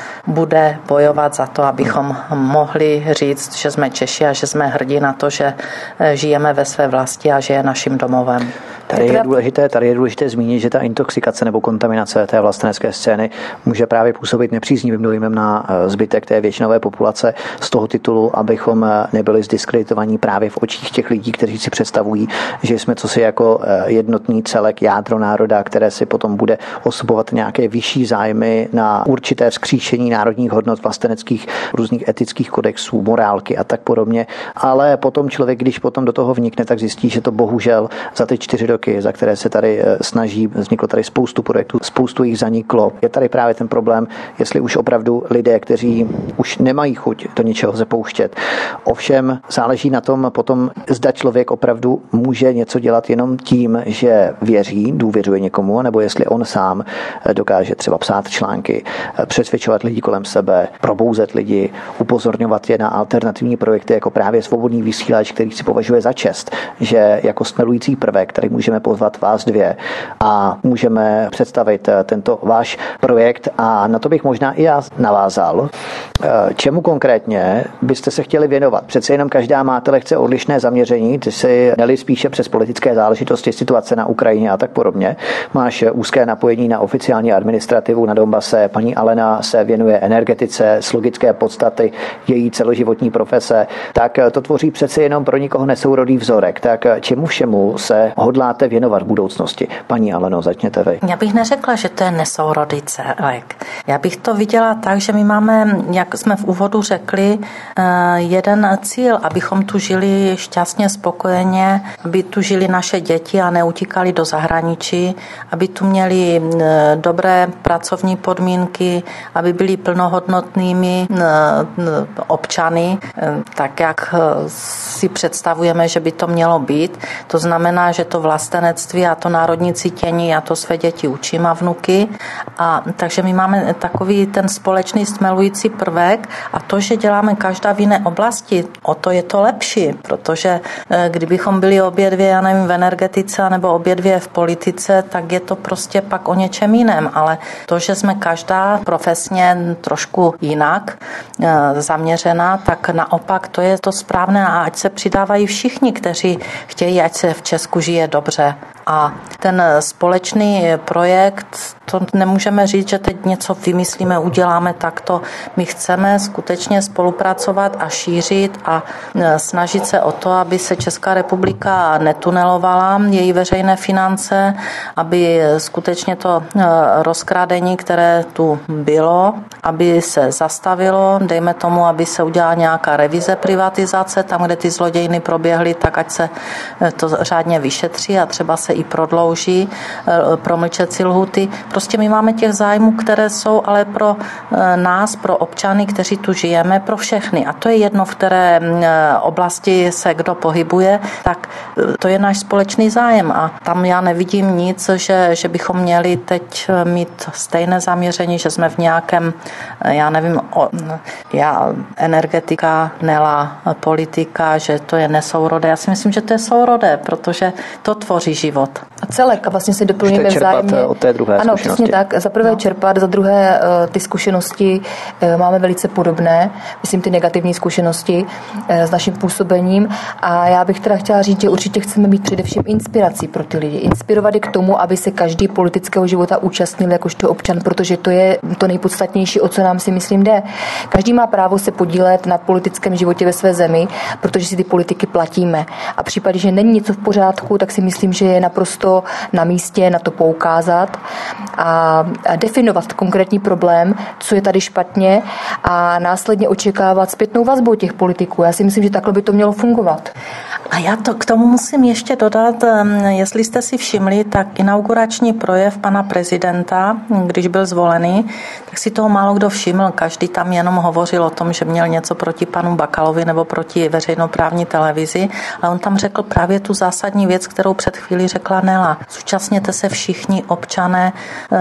B: bude bojovat za to, abychom mohli říct, že jsme Češi a že jsme hrdí na to, že žijeme ve své vlasti a že je naším domovem.
A: Tady je důležité, tady je důležité zmínit, že ta intoxikace nebo kontaminace té vlastenecké scény může právě působit nepříznivým dojmem na zbytek té většinové populace z toho titulu, abychom nebyli zdiskreditovaní právě v očích těch lidí, kteří si představují, že jsme cosi jako jednotný celek, jádro národa, které si potom bude osobovat nějaké vyšší zájmy na určité vzkříšení národních hodnot, vlasteneckých různých etických kodexů, morálky a tak podobně. Ale potom člověk, když potom do toho vnikne, tak zjistí, že to bohužel za ty čtyři roky, za které se tady snaží, vzniklo tady spoustu projektů, spoustu jich zaniklo. Je tady právě ten problém, jestli už opravdu lidé, kteří už nemají chuť do něčeho zapouštět. Ovšem záleží na tom potom, zda člověk opravdu může něco dělat jenom tím, že věří, důvěřuje někomu, nebo jestli on sám dokáže třeba psát články, přesvědčovat lidi kolem sebe, probouzet lidi, upozorňovat je na alternativní projekty, jako právě Svobodný vysílač, který si považuje za čest, že jako smelující prvek tady můžeme pozvat vás dvě a můžeme představit tento váš projekt a na to bych možná i já navázal. Čemu konkrétně byste se chtěli věnovat? Přece jenom každá máte lehce odlišné zaměření, ty si neli spíše přes politické záležitosti, situace na Ukrajině a tak podobně. Máš úzké napojení na oficiální administrativu na Donbase, paní Alena se věnuje energetice, z logické podstaty její celoživotní profese, tak to tvoří přece jenom pro nikoho nesourodý vzorek. Tak čemu všemu se hodlá máte věnovat v budoucnosti? Paní Aleno, začněte vy.
B: Já bych neřekla, že to je nesourodý celek. Já bych to viděla tak, že my máme, jak jsme v úvodu řekli, jeden cíl, abychom tu žili šťastně, spokojeně, aby tu žili naše děti a neutíkali do zahraničí, aby tu měli dobré pracovní podmínky, aby byli plnohodnotnými občany, tak jak si představujeme, že by to mělo být. To znamená, že to vlastenectví a to národní cítění, já to své děti učím a vnuky. A takže my máme takový ten společný stmelující prvek a to, že děláme každá v jiné oblasti, o to je to lepší, protože kdybychom byli obě dvě, já nevím, v energetice nebo obě dvě v politice, tak je to prostě pak o něčem jiném, ale to, že jsme každá profesně trošku jinak zaměřená, tak naopak to je to správné a ať se přidávají všichni, kteří chtějí, ať se v Česku žije dobře. A ten společný projekt, to nemůžeme říct, že teď něco vymyslíme, uděláme takto. My chceme skutečně spolupracovat a šířit a snažit se o to, aby se Česká republika netunelovala, její veřejné finance, aby skutečně to rozkrádení, které tu bylo, aby se zastavilo, dejme tomu, aby se udělala nějaká revize privatizace, tam, kde ty zlodějny proběhly, tak ať se to řádně vyšetří a třeba se i prodlouží promlčecí lhuty. Prostě my máme těch zájmů, které jsou ale pro nás, pro občany, kteří tu žijeme, pro všechny. A to je jedno, v které oblasti se kdo pohybuje, tak to je náš společný zájem. A tam já nevidím nic, že, že bychom měli teď mít stejné zaměření, že jsme v nějakém, já nevím, o, já energetika, Nela, politika, že to je nesourodé. Já si myslím, že to je sourodé, protože to tvoří život.
C: A celek a vlastně si doplňujeme vzájemně.
A: Od té druhé
C: ano, přesně tak. Za prvé no. čerpat, za druhé ty zkušenosti máme velice podobné, myslím ty negativní zkušenosti s naším působením a já bych teda chtěla říct, že určitě chceme být především inspirací pro ty lidi. Inspirovat je k tomu, aby se každý politického života účastnil jakožto občan, protože to je to nejpodstatnější, o co nám si myslím jde. Každý má právo se podílet na politickém životě ve své zemi, protože si ty politiky platíme. A v případě, že není něco v pořádku, tak si myslím, že je naprosto na místě na to poukázat a definovat konkrétní problém, co je tady špatně a následně očekávat zpětnou vazbu těch politiků. Já si myslím, že takhle by to mělo fungovat.
B: A já to k tomu musím ještě dodat, jestli jste si všimli, tak inaugurační projev pana prezidenta, když byl zvolený, tak si toho málo kdo všiml. Každý tam jenom hovořil o tom, že měl něco proti panu Bakalovi nebo proti veřejnoprávní televizi, ale on tam řekl právě tu zásadní věc, kterou před chvílí řekla Nela. Zúčastněte se všichni občané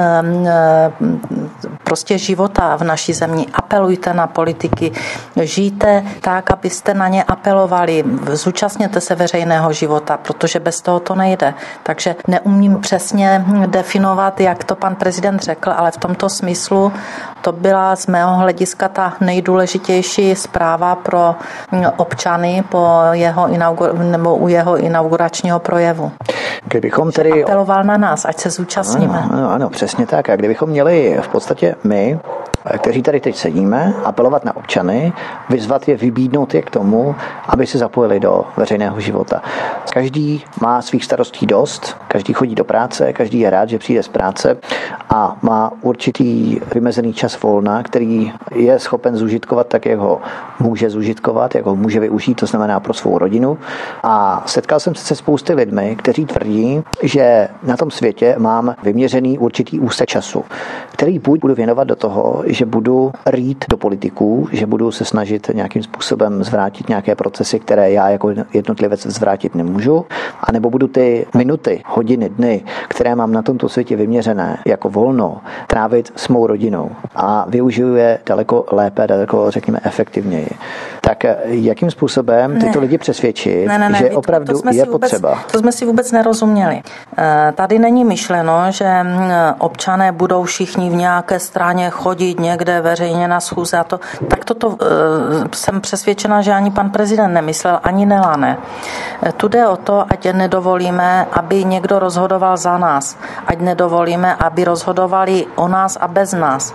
B: prostě života v naší zemi. Apelujte na politiky, žijte tak, abyste na ně apelovali. Zúčastněte se veřejného života, protože bez toho to nejde. Takže neumím přesně definovat, jak to pan prezident řekl, ale v tomto smyslu to byla z mého hlediska ta nejdůležitější zpráva pro občany po jeho inaugur- nebo u jeho inauguračního projevu.
A: Kdybychom tedy
B: apeloval na nás, ať se zúčastníme.
A: Ano, ano, ano, přesně tak. A kdybychom měli v podstatě my, kteří tady teď sedíme, apelovat na občany, vyzvat je, vybídnout je k tomu, aby se zapojili do veřejného života. Každý má svých starostí dost, každý chodí do práce, každý je rád, že přijde z práce a má určitý vymezený čas volna, který je schopen zužitkovat tak, jak ho může zužitkovat, jak ho může využít, to znamená pro svou rodinu. A setkal jsem se se spousty lidmi, kteří tvrdí, že na tom světě mám vyměřený určitý úsek času, který buď budu věnovat do toho, že budu rýt do politiků, že budu se snažit nějakým způsobem zvrátit nějaké procesy, které já jako jednotlivec zvrátit nemůžu, anebo budu ty minuty, hodiny, dny, které mám na tomto světě vyměřené jako volno, trávit s mou rodinou a využiju je daleko lépe, daleko, řekněme, efektivněji. Tak jakým způsobem tyto ne. lidi přesvědčit, ne, ne, ne, že Vítku, opravdu to je
B: vůbec,
A: potřeba?
B: To jsme si vůbec nerozuměli. Tady není myšleno, že občané budou všichni v nějaké straně chodit někde veřejně na schůze a to, tak toto jsem přesvědčena, že ani pan prezident nemyslel, ani Nela ne. Tu jde o to, ať nedovolíme, aby někdo rozhodoval za nás. Ať nedovolíme, aby rozhodovali o nás a bez nás.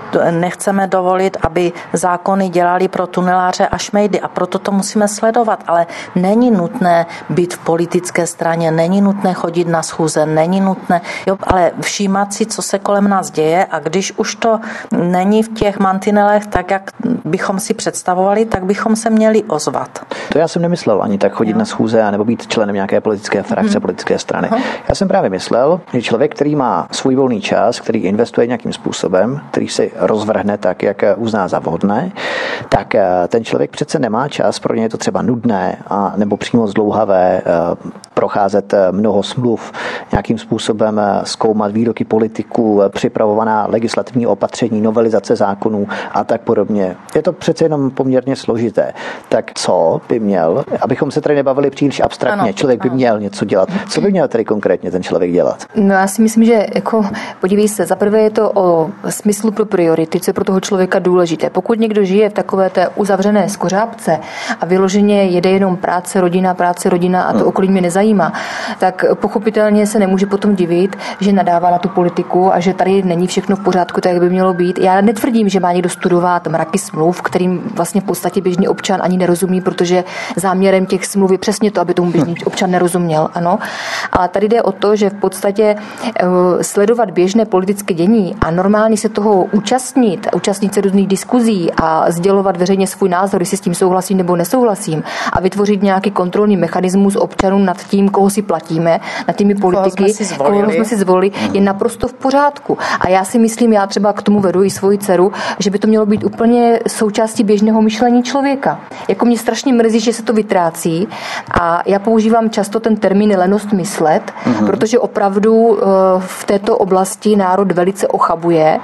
B: nechceme dovolit, aby zákony dělali pro tuneláře a šmejdy a proto to musíme sledovat, ale není nutné být v politické straně, není nutné chodit na schůze, není nutné, jo, ale všímat si, co se kolem nás děje a když už to není v těch mantinelech tak, jak bychom si představovali, tak bychom se měli ozvat.
A: To já jsem nemyslel ani tak chodit jo. na schůze nebo být členem nějaké politické frakce, hmm. politické strany. Aha. Já jsem právě myslel, že člověk, který má svůj volný čas, který investuje nějakým způsobem, který si rozvrhne tak, jak uzná za vhodné, tak ten člověk přece nemá čas, pro ně je to třeba nudné a nebo přímo zdlouhavé procházet mnoho smluv, nějakým způsobem zkoumat výroky politiků, připravovaná legislativní opatření, novelizace zákonů a tak podobně. Je to přece jenom poměrně složité. Tak co by měl, abychom se tady nebavili příliš abstraktně, ano, člověk by ano. měl něco dělat. Co by měl tady konkrétně ten člověk dělat?
C: No já si myslím, že jako, podívej se, zaprvé je to o smyslu pro priority, co je pro toho člověka důležité. Pokud někdo žije v takové té uzavřené skořápce a vyloženě jede jenom práce, rodina, práce, rodina a to hmm. okolí mě nezajímá, tak pochopitelně se nemůže potom divit, že nadává na tu politiku a že tady není všechno v pořádku, tak jak by mělo být. Já netvrdím, že má někdo studovat mraky smluv, kterým vlastně v podstatě běžný občan ani nerozumí, protože záměrem těch smluv je přesně to, aby tomu běžný občan nerozuměl, ano. Ale tady jde o to, že v podstatě sledovat běžné politické dění a normálně se toho účastnit, účastnit se různých diskuzí a sdělovat veřejně svůj názor, jestli s tím souhlasím nebo nesouhlasím a vytvořit nějaký kontrolní mechanismus občanů nad tím, koho si platíme, nad těmi politiky, koho jsme si zvolili, koho jsme si zvolili je naprosto v pořádku. A já si myslím, já třeba k tomu vedu i svoji dceru, že by to mělo být úplně součástí běžného myšlení člověka. Jako mě strašně mrzí, že se to vytrácí a já používám často ten termín lenost myslet, mm-hmm. protože opravdu v této oblasti národ velice ochabuje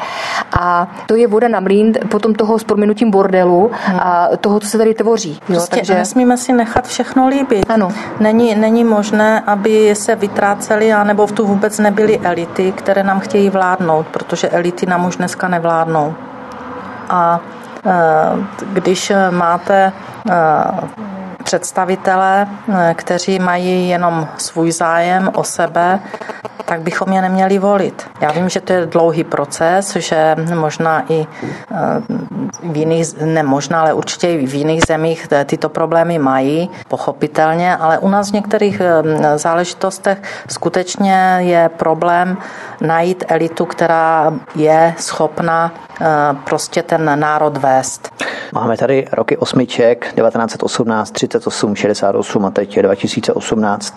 C: a to je voda na mlýn potom toho s prominutím bordelu a toho, co se tady tvoří. Jo,
B: prostě
C: takže
B: nesmíme si nechat všechno líbit.
C: Ano.
B: Není, není možné, aby se vytrácely a nebo tu vůbec nebyly elity, které nám chtějí vládnout, protože elity nám už dneska nevládnou. A když máte představitele, kteří mají jenom svůj zájem o sebe, tak bychom je neměli volit. Já vím, že to je dlouhý proces, že možná i v jiných, ne možná, ale určitě i v jiných zemích tyto problémy mají, pochopitelně, ale u nás v některých záležitostech skutečně je problém najít elitu, která je schopna prostě ten národ vést.
A: Máme tady roky osmiček, devatenáct osmnáct, třicet osm, šedesát osm a teď dva tisíce osmnáct.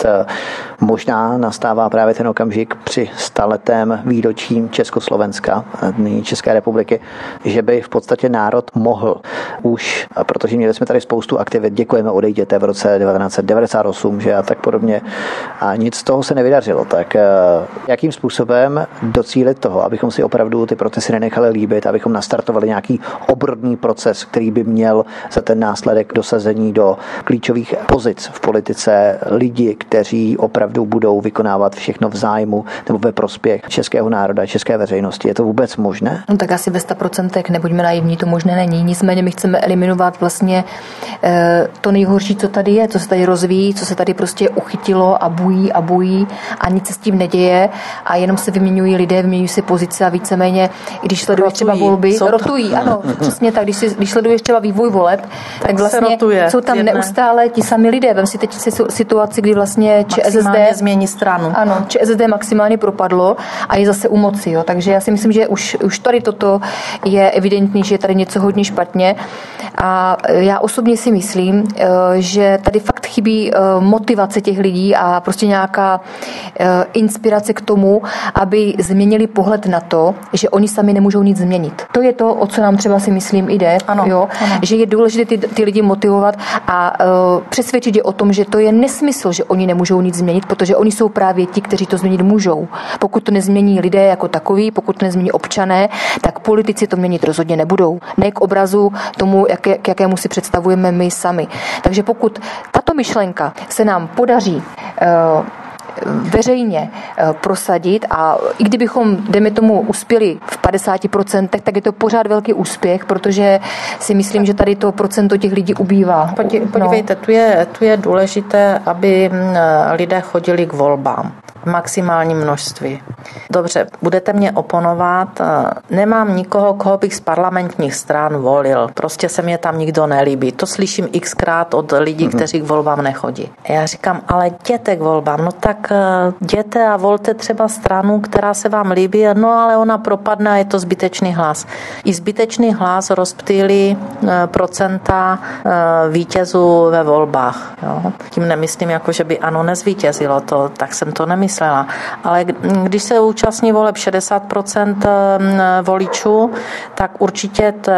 A: Možná nastává právě ten okamžik při staletém výročí Československa, nyní České republiky, že by v podstatě národ mohl už, protože měli jsme tady spoustu aktivit, děkujeme, odejděte v roce devatenáct devadesát osm, že a tak podobně, a nic z toho se nevydařilo. Tak jakým způsobem docílit toho, abychom si opravdu ty procesy nenechali líbit, abychom nastartovali nějaký obrodný proces, který by měl za ten následek dosazení do klíčových pozic v politice lidi, kteří opravdu budou vykonávat všechno v zájmu nebo ve prospěch českého národa, české veřejnosti. Je to vůbec možné?
C: No tak asi ve sto procent, nebuďme naivní, to možné není. Nicméně my chceme eliminovat vlastně e, to nejhorší, co tady je, co se tady rozvíjí, co se tady prostě uchytilo a bují a bují a nic se s tím neděje a jenom se vyměňují lidé, vyměňují si pozice a víceméně, když sleduješ třeba volby, rotují, ano, přesně tak, když, si, když sleduješ třeba vývoj voleb, tak, tak vlastně jsou tam jedné. Neustále ti sami lidé. Vem si teď situaci, kdy vlastně ČSSD
B: změní stranu.
C: Ano, ČSSD maximálně propadlo a je zase u moci. Jo. Takže já si myslím, že už, už tady toto je evidentní, že je tady něco hodně špatně. A já osobně si myslím, že tady fakt chybí motivace těch lidí a prostě nějaká inspirace k tomu, aby změnili pohled na to, že oni sami nemůžou nic změnit. To je to, o co nám třeba si myslím jde, ano, jo? Ano. Že je důležité ty, ty lidi motivovat a uh, přesvědčit je o tom, že to je nesmysl, že oni nemůžou nic změnit, protože oni jsou právě ti, kteří to změnit můžou. Pokud to nezmění lidé jako takový, pokud to nezmění občané, tak politici to měnit rozhodně nebudou. Ne k obrazu tomu, jaké, k jakému si představujeme my sami. Takže pokud tato myšlenka se nám podaří uh, veřejně prosadit a i kdybychom, jdeme tomu, uspěli v padesáti procentech, tak je to pořád velký úspěch, protože si myslím, že tady to procento těch lidí ubývá.
B: Podívejte, no. tu, je, tu je důležité, aby lidé chodili k volbám. v maximálním množství. Dobře, budete mě oponovat. Nemám nikoho, koho bych z parlamentních stran volil. Prostě se mě tam nikdo nelíbí. To slyším xkrát od lidí, mm-hmm. kteří k volbám nechodí. Já říkám, ale jděte k volbám. No tak jděte a volte třeba stranu, která se vám líbí, no ale ona propadne a je to zbytečný hlas. I zbytečný hlas rozptýlí procenta vítězů ve volbách. Jo. Tím nemyslím, jako, že by ANO nezvítězilo, to, tak jsem to nemyslela. Ale když se účastní voleb šedesát procent voličů, tak určitě to,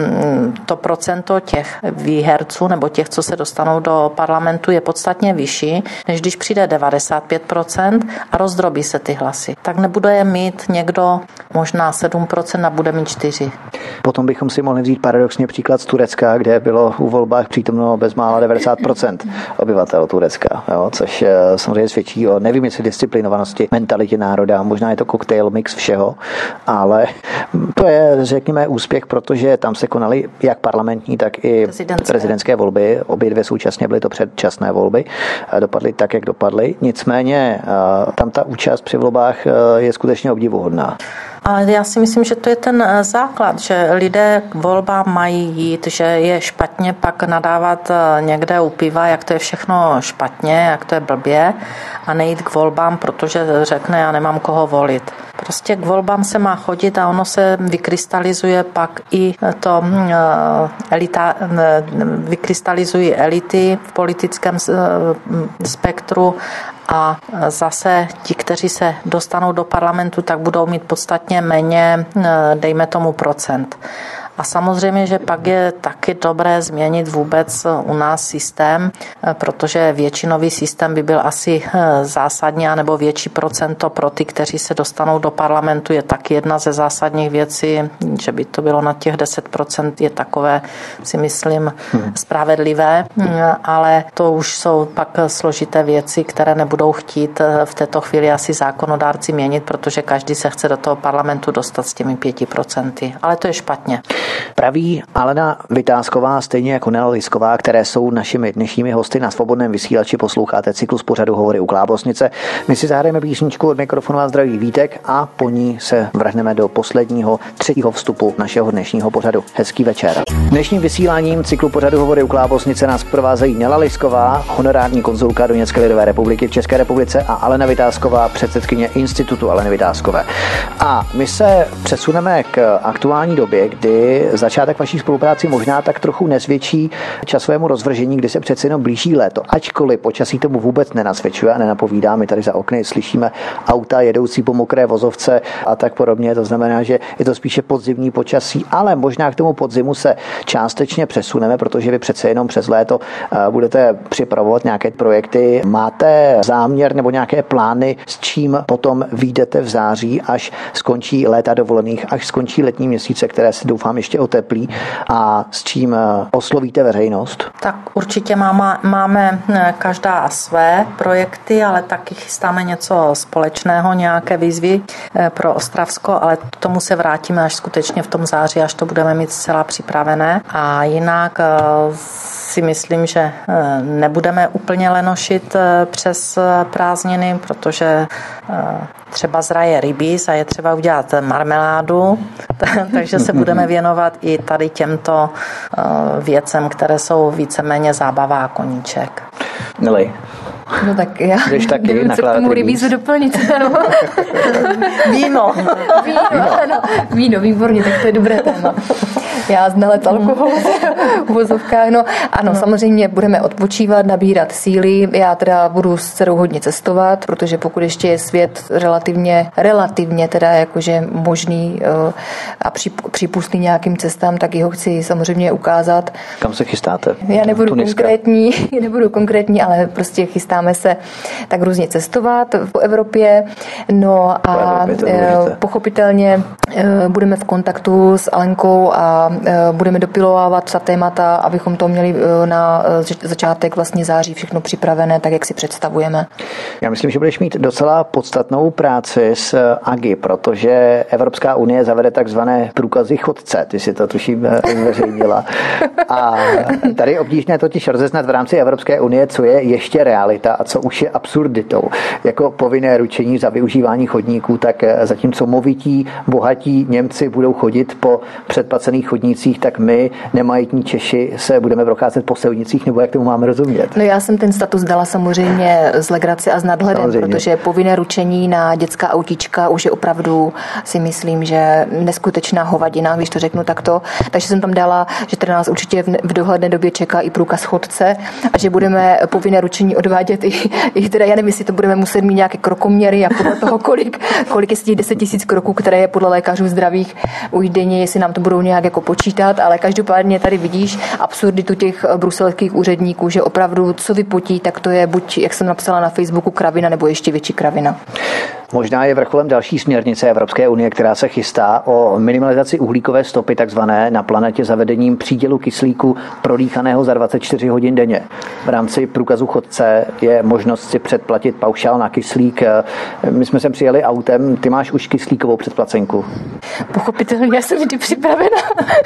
B: to procento těch výherců nebo těch, co se dostanou do parlamentu, je podstatně vyšší, než když přijde devadesát pět procent a rozdrobí se ty hlasy. Tak nebude je mít někdo možná sedm procent a bude mít čtyři.
A: Potom bychom si mohli vzít paradoxně příklad z Turecka, kde bylo u volbách přítomno bezmála devadesát procent obyvatel Turecka, jo, což samozřejmě svědčí o, nevím, jestli disciplinovanosti, mentalitě národa, možná je to koktejl, mix všeho, ale to je, řekněme, úspěch, protože tam se konaly jak parlamentní, tak i prezidentské, prezidentské volby. Obě dvě současně byly to předčasné volby. Dopadly tak, jak dopadly. Nicméně tam ta účast při volbách je skutečně obdivuhodná.
B: Ale já si myslím, že to je ten základ, že lidé k volbám mají jít, že je špatně pak nadávat někde u piva, jak to je všechno špatně, jak to je blbě a nejít k volbám, protože řekne, já nemám koho volit. Prostě k volbám se má chodit a ono se vykrystalizuje pak i to elita, vykrystalizují elity v politickém spektru a zase ti, kteří se dostanou do parlamentu, tak budou mít podstatně méně, dejme tomu, procent. A samozřejmě, že pak je taky dobré změnit vůbec u nás systém, protože většinový systém by byl asi zásadní, nebo větší procento pro ty, kteří se dostanou do parlamentu, je taky jedna ze zásadních věcí, že by to bylo na těch deset procent, je takové, si myslím, hmm. spravedlivé, ale to už jsou pak složité věci, které nebudou chtít v této chvíli asi zákonodárci měnit, protože každý se chce do toho parlamentu dostat s těmi pěti procenty. Ale to je špatně.
A: Praví Alena Vitásková, stejně jako Nela Lisková, které jsou našimi dnešními hosty na Svobodném vysílači. Posloucháte cyklus pořadu Hovory u Klábosnice. My si zahrajeme písničku od mikrofonu a zdraví Vítek a po ní se vrhneme do posledního, třetího vstupu našeho dnešního pořadu. Hezký večer. Dnešním vysíláním cyklu pořadu Hovory u Klábosnice nás provázejí Nela Lisková, honorární konzulka Doněcké lidové republiky v České republice, a Alena Vitásková, předsedkyně Institutu Aleny Vitáskové. A my se přesuneme k aktuální době, kdy začátek vaší spolupráci možná tak trochu nesvědčí časovému rozvržení, kdy se přece jenom blíží léto. Ačkoliv počasí tomu vůbec nenasvědčuje a nenapovídá, my tady za okny slyšíme auta jedoucí po mokré vozovce a tak podobně. To znamená, že je to spíše podzimní počasí, ale možná k tomu podzimu se částečně přesuneme, protože vy přece jenom přes léto budete připravovat nějaké projekty. Máte záměr nebo nějaké plány, s čím potom vyjdete v září, až skončí léta dovolených, až skončí letní měsíce, které si doufám ještě oteplí, a s čím oslovíte veřejnost?
B: Tak určitě máme, máme každá své projekty, ale taky chystáme něco společného, nějaké výzvy pro Ostravsko, ale k tomu se vrátíme až skutečně v tom září, až to budeme mít zcela připravené. A jinak si myslím, že nebudeme úplně lenošit přes prázdniny, protože třeba zraje rybíz a je třeba udělat marmeládu, takže se budeme věnovat i tady těmto věcem, které jsou víceméně zábava a koníček.
A: Neli.
C: No tak já
A: taky
C: nevím, co k tomu rybízu doplnit. No.
B: Víno.
C: Víno, ano. Víno, výborně, tak to je dobré téma. Já znalec alkoholu v uvozovkách. No, ano, no. Samozřejmě budeme odpočívat, nabírat síly. Já teda budu s dcerou hodně cestovat, protože pokud ještě je svět relativně, relativně teda jakože možný a přípustný nějakým cestám, tak jeho chci samozřejmě ukázat.
A: Kam se chystáte?
C: Já nebudu Tuniska. konkrétní, nebudu konkrétní, ale prostě chystáme se tak různě cestovat po Evropě. No a Evropě pochopitelně budeme v kontaktu s Alenkou a budeme dopilovávat ta témata, abychom to měli na začátek vlastně září všechno připravené, tak jak si představujeme.
A: Já myslím, že budeš mít docela podstatnou práci s A G I, protože Evropská unie zavede takzvané průkazy chodce. Ty si to tuším zveřejnila. A tady je obtížné totiž rozeznat v rámci Evropské unie, co je ještě realita a co už je absurditou. Jako povinné ručení za využívání chodníků, tak zatímco movití, bohatí Němci budou chodit po předplacených chodnících, tak my, nemajetní Češi, se budeme procházet po silnicích, nebo jak tomu máme rozumět?
C: No já jsem ten status dala samozřejmě z legrace a s nadhledem, samozřejmě. Protože povinné ručení na dětská autíčka už je opravdu, si myslím, že neskutečná hovadina, když to řeknu takto. Takže jsem tam dala, že teda nás určitě v dohledné době čeká i průkaz chodce a že budeme povinné ručení odvádět i, i teda, já nevím, jestli to budeme muset mít nějaké krokoměry a podle toho, kolik, kolik je z těch deset tisíc kroků, které je podle lékařů zdravých už denně, jestli nám to budou nějak jako počítat, ale každopádně tady vidíš absurditu těch bruselských úředníků, že opravdu co vypotí, tak to je buď, jak jsem napsala na Facebooku, kravina nebo ještě větší kravina.
A: Možná je vrcholem další směrnice Evropské unie, která se chystá o minimalizaci uhlíkové stopy takzvané na planetě zavedením přídělu kyslíku prodýchaného za dvacet čtyři hodin denně. V rámci průkazu chodce je možnost si předplatit paušál na kyslík. My jsme sem přijeli autem, ty máš už kyslíkovou předplacenku.
C: Pochopitelně, já jsem vždy připravena.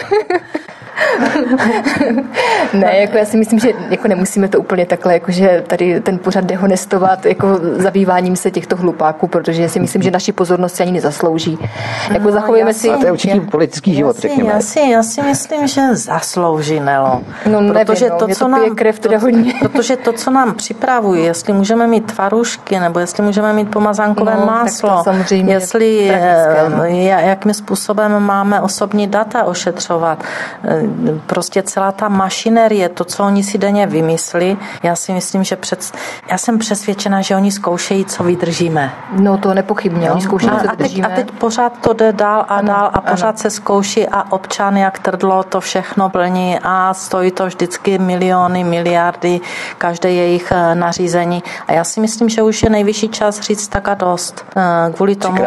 C: Ne, jako já si myslím, že jako nemusíme to úplně takhle, jakože tady ten pořad dehonestovat jako zabýváním se těchto hlupáků, protože si myslím, že naši pozornost si ani nezaslouží. Jako no, zachovujeme si...
A: A to je určitý politický život,
D: já si,
A: řekněme.
D: Já si, já si myslím, že zaslouží, Nelo.
C: No protože nevím, no, to, co to nám, krev teda hodně.
D: To, protože to, co nám připravují, jestli můžeme mít tvarůžky, nebo jestli můžeme mít pomazánkové
C: no,
D: máslo, jestli no. jakým způsobem máme osobní data ošetřovat, prostě celá ta mašinerie, to, co oni si denně vymyslí, já si myslím, že před, já jsem přesvědčena, že oni zkoušejí, co vydržíme.
C: No to nepochybně, no. Oni zkoušejí,
D: a,
C: co
D: a
C: vydržíme.
D: Teď, a teď pořád to jde dál a ano, dál a pořád ano. se zkouší a občan jak trdlo to všechno plní a stojí to vždycky miliony, miliardy, každé jejich nařízení. A já si myslím, že už je nejvyšší čas říct tak a dost. Kvůli tomu,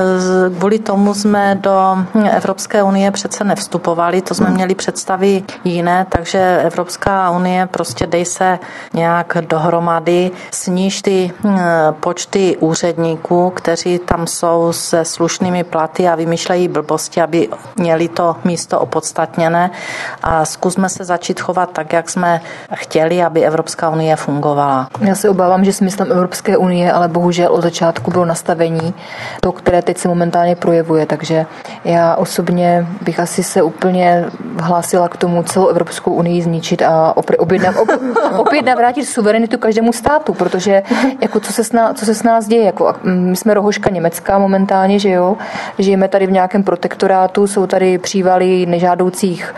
D: kvůli tomu jsme do Evropské unie přece nevstupovali, to jsme hmm. měli představy jiné, takže Evropská unie prostě dej se nějak dohromady, sníž ty počty úředníků, kteří tam jsou se slušnými platy a vymýšlejí blbosti, aby měli to místo opodstatněné a zkusme se začít chovat tak, jak jsme chtěli, aby Evropská unie fungovala.
C: Já se obávám, že smyslem Evropské unie, ale bohužel od začátku bylo nastavení to, které teď se momentálně projevuje, takže já osobně bych asi se úplně hlásila k tomu celou Evropskou unii zničit a opět, opět navrátit suverenitu každému státu, protože jako co se s nás, co se s nás děje, jako my jsme rohožka Německa momentálně, že jo, žijeme tady v nějakém protektorátu, jsou tady přívaly nežádoucích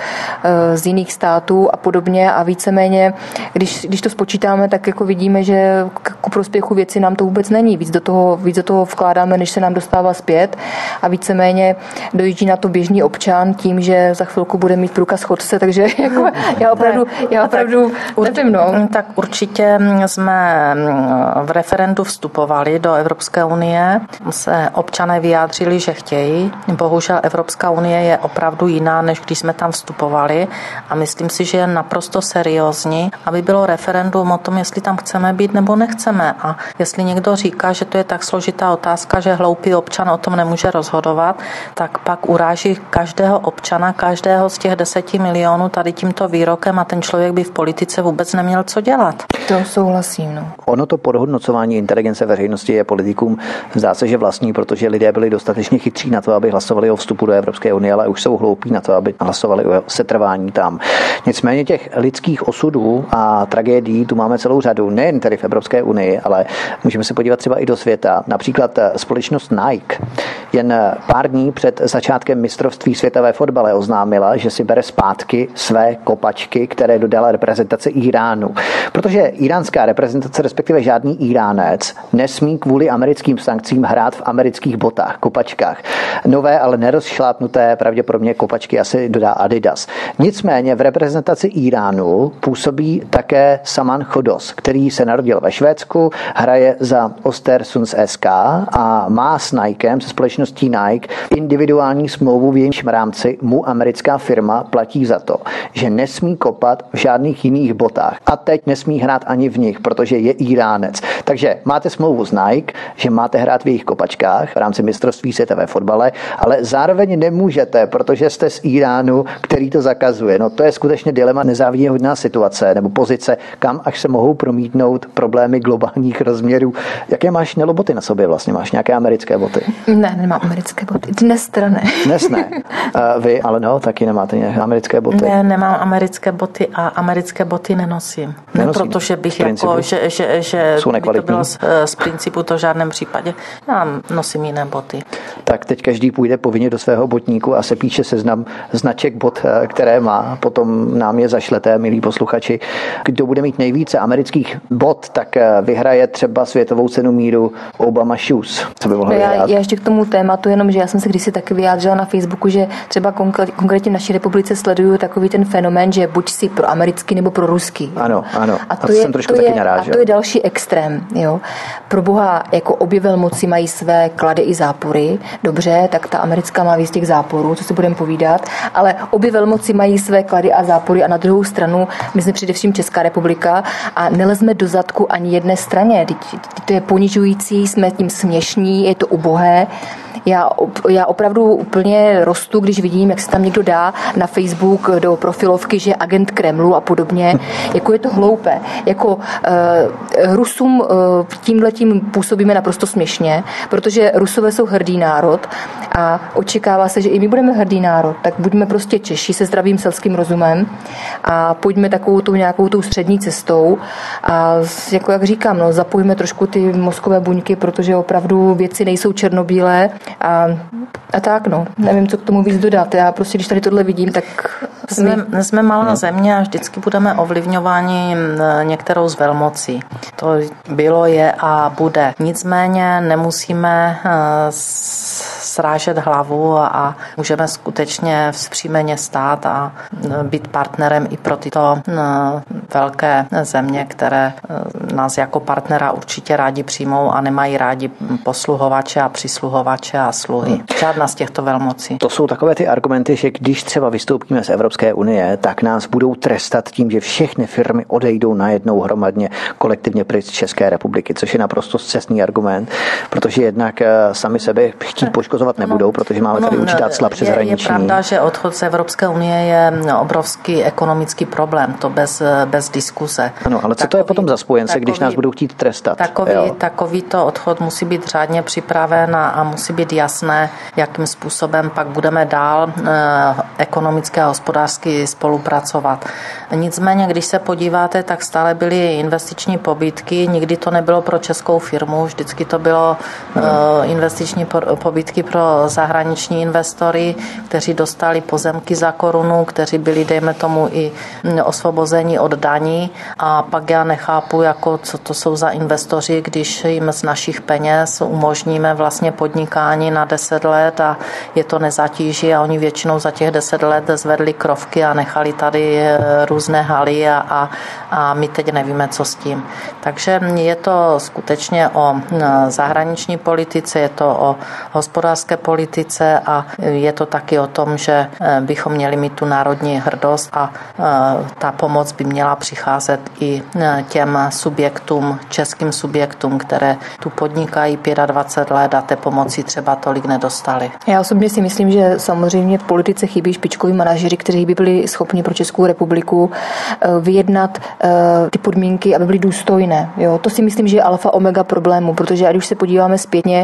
C: z jiných států a podobně a víceméně, když, když to spočítáme, tak jako vidíme, že ku prospěchu věci nám to vůbec není, víc do toho, víc do toho vkládáme, než se nám dostává zpět a víceméně dojíždí na to běžný občan tím, že za chvilku bude mít průkaz chodce, takže jako já opravdu, já opravdu
D: tak, nevím, no. Tak určitě jsme v referendu vstupovali do Evropské unie, se občané vyjádřili, že chtějí. Bohužel Evropská unie je opravdu jiná, než když jsme tam vstupovali a myslím si, že je naprosto seriózní, aby bylo referendum o tom, jestli tam chceme být nebo nechceme. A jestli někdo říká, že to je tak složitá otázka, že hloupý občan o tom nemůže rozhodovat, tak pak uráží každého občana, každého z těch deseti milionů tady tímto výrokem a ten člověk by v politice vůbec neměl co dělat.
C: To souhlasím. No.
A: Ono to podhodnocování inteligence veřejnosti je politikům zdá se, že vlastní, protože lidé byli dostatečně chytří na to, aby hlasovali o vstupu do Evropské unie, ale už jsou hloupí na to, aby hlasovali o setrvání tam. Nicméně těch lidských osudů a tragédií tu máme celou řadu, nejen tedy v Evropské unii, ale můžeme se podívat třeba i do světa. Například společnost Nike jen pár dní před začátkem mistrovství světa ve fotbale oznámila, že si bere zpátky zpátky své kopačky, které dodala reprezentace Iránu. Protože iránská reprezentace, respektive žádný Iránec, nesmí kvůli americkým sankcím hrát v amerických botách, kopačkách. Nové, ale nerozšlápnuté, pravděpodobně kopačky asi dodá Adidas. Nicméně v reprezentaci Iránu působí také Saman Chodos, který se narodil ve Švédsku, hraje za Östersunds S K a má s Nikem, se společností Nike, individuální smlouvu, v jejímž rámci mu americká firma platí za to, že nesmí kopat v žádných jiných botách. A teď nesmí hrát ani v nich, protože je Iránec. Takže máte smlouvu s Nike, že máte hrát v jejich kopačkách v rámci mistrovství světa ve fotbale, ale zároveň nemůžete, protože jste z Iránu, který to zakazuje. No to je skutečně dilema, nezáviděhodná situace nebo pozice, kam až se mohou promítnout problémy globálních rozměrů. Jaké máš Nelo boty na sobě vlastně? Máš nějaké americké boty?
C: Ne, nemám americké boty. Dnes teda ne.
A: Dnes ne. A vy, ale no, taky nemáte nějaké americké boty?
D: Ne, nemám americké boty a americké boty nenosím. Ne, protože bych jako, že, že, že by to bylo z, z principu to v žádném případě. Já nosím jiné boty.
A: Tak teď každý půjde povinně do svého botníku a se píše seznam značek bot, které má. Potom nám je zašlete, milí posluchači. Kdo bude mít nejvíce amerických bot, tak vyhraje třeba světovou cenu míru Obama Shoes. Co by mohlo
C: já, já ještě k tomu tématu, jenom, že já jsem se kdysi taky vyjádřila na Facebooku, že třeba konkrétně v naší republice sleduju takový ten fenomén, že buď si pro americký nebo pro ruský.
A: Ano, ano.
C: A to, a to je, jsem trošku to taky narážel. A to je další extrém. Jo. Pro boha, jako obě velmoci mají své klady i zápory. Dobře, tak ta americká má víc těch záporů, co si budeme povídat, ale obě velmoci mají své klady a zápory a na druhou stranu my jsme především Česká republika a nelezme do zadku ani jedné straně. To je ponižující, jsme tím směšní, je to ubohé. Já, já opravdu úplně rostu, když vidím, jak se tam někdo dá na Facebook do profilovky, že je agent Kremlu a podobně. Jako je to hloupé. Jako uh, Rusům uh, tímhletím působíme naprosto směšně, protože Rusové jsou hrdý národ a očekává se, že i my budeme hrdý národ. Tak buďme prostě Češi se zdravým selským rozumem a pojďme takovou tu nějakou tou střední cestou a jako jak říkám, no, zapojíme trošku ty mozkové buňky, protože opravdu věci nejsou černobílé. A, a tak, no, nevím, co k tomu víc dodat. Já prostě, když tady tohle vidím, tak...
D: Jsme, jsme malá no. země a vždycky budeme ovlivňováni některou z velmocí. To bylo, je a bude. Nicméně nemusíme srážet hlavu a můžeme skutečně vzpřímeně stát a být partnerem i pro tyto velké země, které nás jako partnera určitě rádi přijmou a nemají rádi posluhovače a přisluhovače a sluhy. Žádná z těchto velmocí.
A: To jsou takové ty argumenty, že když třeba vystoupíme z Evropské unie, tak nás budou trestat tím, že všechny firmy odejdou najednou hromadně kolektivně pryč z České republiky, což je naprosto scestný argument, protože jednak sami sebe chtít poškozovat nebudou, no, protože máme tady určitá cla přeshraniční.
D: Je pravda, že odchod z Evropské unie je obrovský ekonomický problém, to bez, bez diskuse.
A: Ano, ale co takový, to je potom za spojence, takový, když nás budou chtít trestat?
D: Takový, takovýto odchod musí být řádně připraven a, a musí být jasné, jakým způsobem pak budeme dál eh, ekonomicky a hospodářsky spolupracovat. Nicméně, když se podíváte, tak stále byly investiční pobídky, nikdy to nebylo pro českou firmu, vždycky to bylo eh, investiční pobídky pro zahraniční investory, kteří dostali pozemky za korunu, kteří byli, dejme tomu, i osvobození od daní a pak já nechápu, jako, co to jsou za investoři, když jim z našich peněz umožníme vlastně podnikání na deset let a je to nezatíží a oni většinou za těch deset let zvedli krovky a nechali tady různé haly a, a, a my teď nevíme, co s tím. Takže je to skutečně o zahraniční politice, je to o hospodářské politice a je to taky o tom, že bychom měli mít tu národní hrdost a ta pomoc by měla přicházet i těm subjektům, českým subjektům, které tu podnikají dvacet pět let a té pomoci třeba tolik nedostali.
C: Já osobně si myslím, že samozřejmě v politice chybí špičkoví manažeři, kteří by byli schopni pro Českou republiku vyjednat ty podmínky, aby byly důstojné. Jo, to si myslím, že je alfa omega problému, protože ať už se podíváme zpětně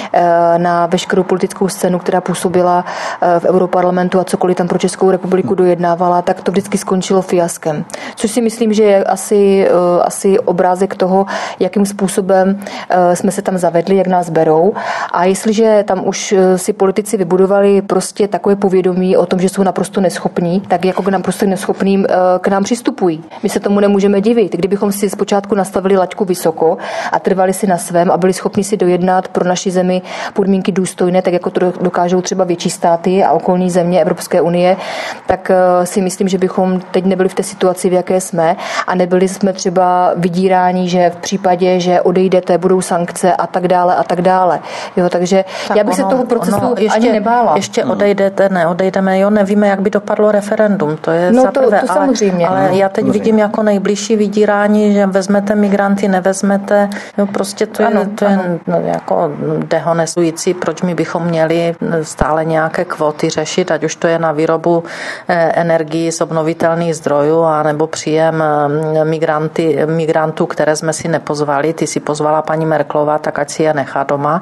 C: na veškerou politickou scénu, která působila v Europarlamentu a cokoliv tam pro Českou republiku dojednávala, tak to vždycky skončilo fiaskem. Což si myslím, že je asi, asi obrázek toho, jakým způsobem jsme se tam zavedli, jak nás berou. A jestliže tam už si politici vybudovali prostě takové povědomí o tom, že jsou naprosto neschopní, tak jako k naprosto neschopným k nám přistupují. My se tomu nemůžeme divit. Kdybychom si zpočátku nastavili laťku vysoko a trvali si na svém a byli schopni si dojednat pro naši zemi podmínky důstojné, tak jako to dokážou třeba větší státy a okolní země Evropské unie, tak si myslím, že bychom teď nebyli v té situaci, v jaké jsme, a nebyli jsme třeba vydíráni, že v případě, že odejdete, budou sankce a tak dále a tak dále. Jo, takže tak já bych ono, se toho procesu ono ještě, ani nebála.
D: Ještě odejdete, neodejdeme, jo, nevíme, jak by dopadlo referendum, to je
C: no
D: za prvé,
C: to, to samozřejmě.
D: Ale, ale já teď
A: samozřejmě.
D: vidím jako nejbližší vydírání, že vezmete migranty, nevezmete, jo, prostě to je, ano, to je no, jako dehonestující, proč my bychom měli stále nějaké kvóty řešit, ať už to je na výrobu energií z obnovitelných zdrojů, anebo příjem migranty, migrantů, které jsme si nepozvali. Ty si pozvala paní Merkelová, tak ať si je nechá doma.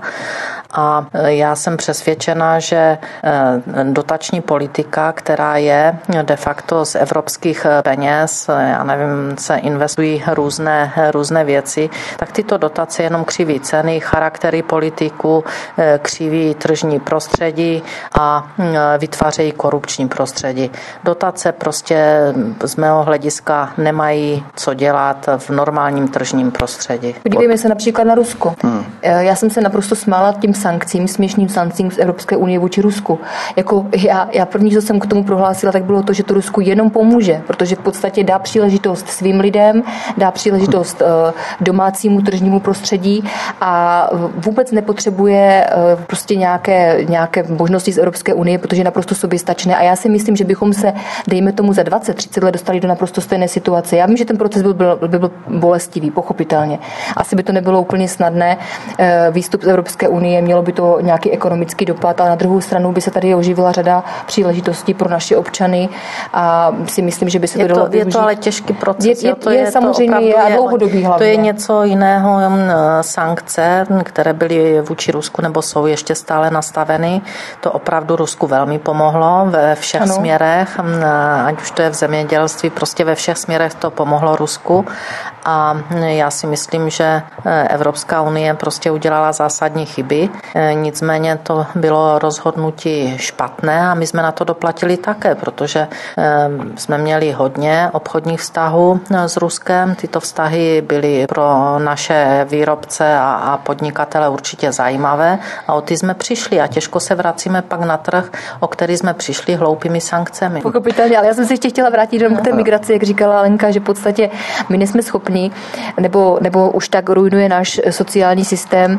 D: A já jsem přesvědčena, že dotační politika, která je de facto z evropských peněz, já nevím, se investují různé, různé věci, tak tyto dotace jenom křiví ceny, charaktery politiku, křiví tržní prostředí a vytvářejí korupční prostředí. Dotace prostě z mého hlediska nemají co dělat v normálním tržním prostředí.
C: Podívejme se například na Rusko. Hmm. Já jsem se naprosto smála tím sankcím, směšným sankcím z Evropské unie vůči Rusku. Jako já, já první, co jsem k tomu prohlásila, tak bylo to, že to Rusku jenom pomůže, protože v podstatě dá příležitost svým lidem, dá příležitost domácímu tržnímu prostředí a vůbec nepotřebuje prostě nějaké, nějaké možnosti z Evropské unie, protože je naprosto soběstačné. A já si myslím, že bychom se, dejme tomu, za dvacet třicet let dostali do naprosto stejné situace. Já vím, že ten proces byl, byl, byl bolestivý, pochopitelně. Asi by to nebylo úplně snadné. Výstup z Evropské unie, mělo by to nějaký ekonomický dopad, ale na druhou stranu by se tady oživila řada příležitostí pro naše občany a si myslím, že by se to,
D: je to
C: dalo
D: využít. Je to ale těžký proces.
C: Je, je,
D: to
C: je, je samozřejmě
D: to
C: je a dlouhodobý hlavně.
D: To je něco jiného, sankce, které byly vůči Rusku nebo jsou ještě stále nastaveny. To opravdu Rusku velmi pomohlo ve všech ano. směrech, ať už to je v zemědělství, prostě ve všech směrech to pomohlo Rusku. A já si myslím, že Evropská unie prostě udělala zásadní chyby. Nicméně to bylo rozhodnutí špatné a my jsme na to doplatili také, protože jsme měli hodně obchodních vztahů s Ruskem. Tyto vztahy byly pro naše výrobce a podnikatele určitě zajímavé a o ty jsme přišli a těžko se vracíme pak na trh, o který jsme přišli hloupými sankcemi.
C: Pochopitelně, ale já jsem si ještě chtěla vrátit jenom k té migraci, jak říkala Lenka, že v podstatě my nejsme schopni Nebo, nebo už tak ruinuje náš sociální systém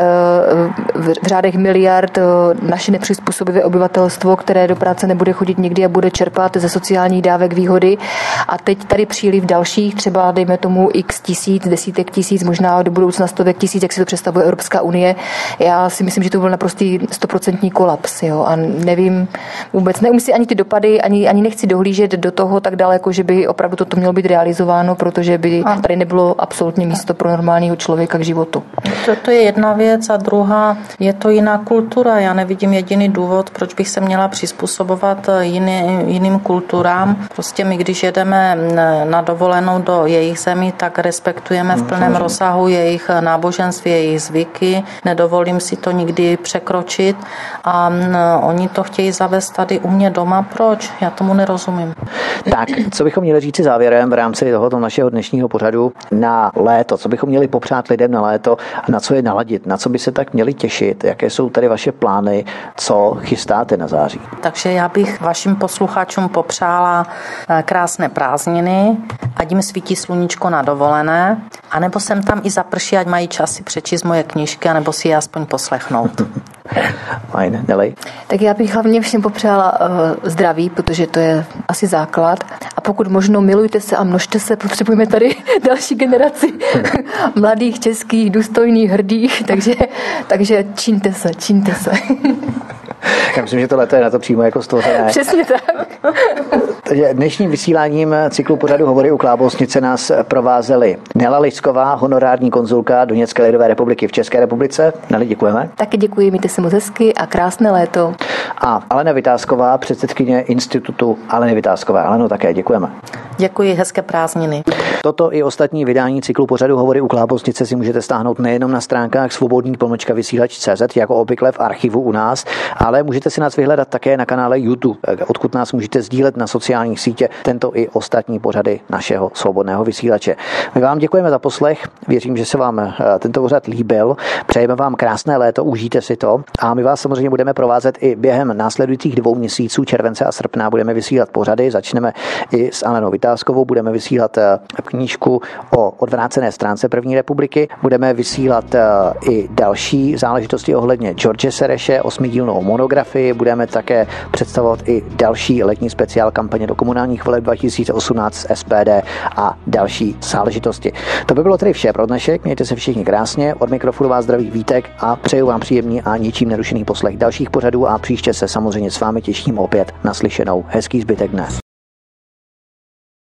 C: v řádech miliard naše nepřizpůsobivé obyvatelstvo, které do práce nebude chodit nikdy a bude čerpat ze sociálních dávek výhody. A teď tady příliv dalších, třeba dejme tomu x tisíc, desítek tisíc, možná do budoucna stovek tisíc, jak si to představuje Evropská unie. Já si myslím, že to byl naprostý stoprocentní kolaps. Jo? A nevím vůbec, neumím si ani ty dopady, ani, ani nechci dohlížet do toho tak daleko, že by opravdu toto mělo být realizováno, protože by tady nebylo absolutně místo pro normálního člověka k životu.
D: To, to je jedna věc a druhá, je to jiná kultura. Já nevidím jediný důvod, proč bych se měla přizpůsobovat jiný, jiným kulturám. Prostě my, když jedeme na dovolenou do jejich zemí, tak respektujeme v plném rozsahu jejich náboženství, jejich zvyky. Nedovolím si to nikdy překročit a oni to chtějí zavést tady u mě doma. Proč? Já tomu nerozumím.
A: Tak, co bychom měli říci závěrem v rámci tohoto našeho dnešního pořadu na léto, co bychom měli popřát lidem na léto a na co je naladit, na co by se tak měli těšit, jaké jsou tady vaše plány, co chystáte na září.
D: Takže já bych vašim posluchačům popřála krásné prázdniny, ať jim svítí sluníčko na dovolené, anebo sem tam i zaprší, ať mají čas si přečíst moje knížky, anebo si je aspoň poslechnout.
A: Fajn, Nelej.
C: Tak já bych hlavně všem popřála uh, zdraví, protože to je asi základ. A pokud možno milujte se a množte se, potřebujeme tady další generaci mladých, českých, důstojných, hrdých, takže, takže čiňte se, čiňte se.
A: Já myslím, že tohle je na to přímo jako stvořené.
C: Přesně tak.
A: Dnešním vysíláním cyklu pořadu Hovory u Klábosnice nás provázely Nela Lišková, honorární konzulka Doněcké lidové republiky v České republice. Neli, děkujeme.
C: Taky děkuji, mějte se moc hezky a krásné léto.
A: A Alena Vytázková, předsedkyně institutu Aleny Vytázkové. Aleno, také děkujeme.
B: Děkuji, hezké prázdniny.
A: Toto i ostatní vydání cyklu pořadu Hovory u Klábosnice si můžete stáhnout nejenom na stránkách svobodný pomlčka vysílač tečka cé zet, jako obvykle v archivu u nás, ale můžete si nás vyhledat také na kanále YouTube, odkud nás můžete sdílet na sociálních sítě tento i ostatní pořady našeho svobodného vysílače. My vám děkujeme za poslech, věřím, že se vám tento pořad líbil, přejeme vám krásné léto, užijte si to a my vás samozřejmě budeme provázet i během následujících dvou měsíců, července a srpna, budeme vysílat pořady, začneme i s Alenou Vytázkovou, budeme vysílat knížku o odvrácené stránce první republiky, budeme vysílat i další záležitosti ohledně George Sereše, osmidílnou monografii, budeme také představovat i další letní speciál kampaně do komunálních voleb dva tisíce osmnáct S P D a další záležitosti. To by bylo tedy vše pro dnešek, mějte se všichni krásně, od mikrofonu vás zdraví Vítek a přeju vám příjemný a ničím nerušený poslech dalších pořadů a příště se samozřejmě s vámi těším opět naslyšenou. Hezký zbytek dne.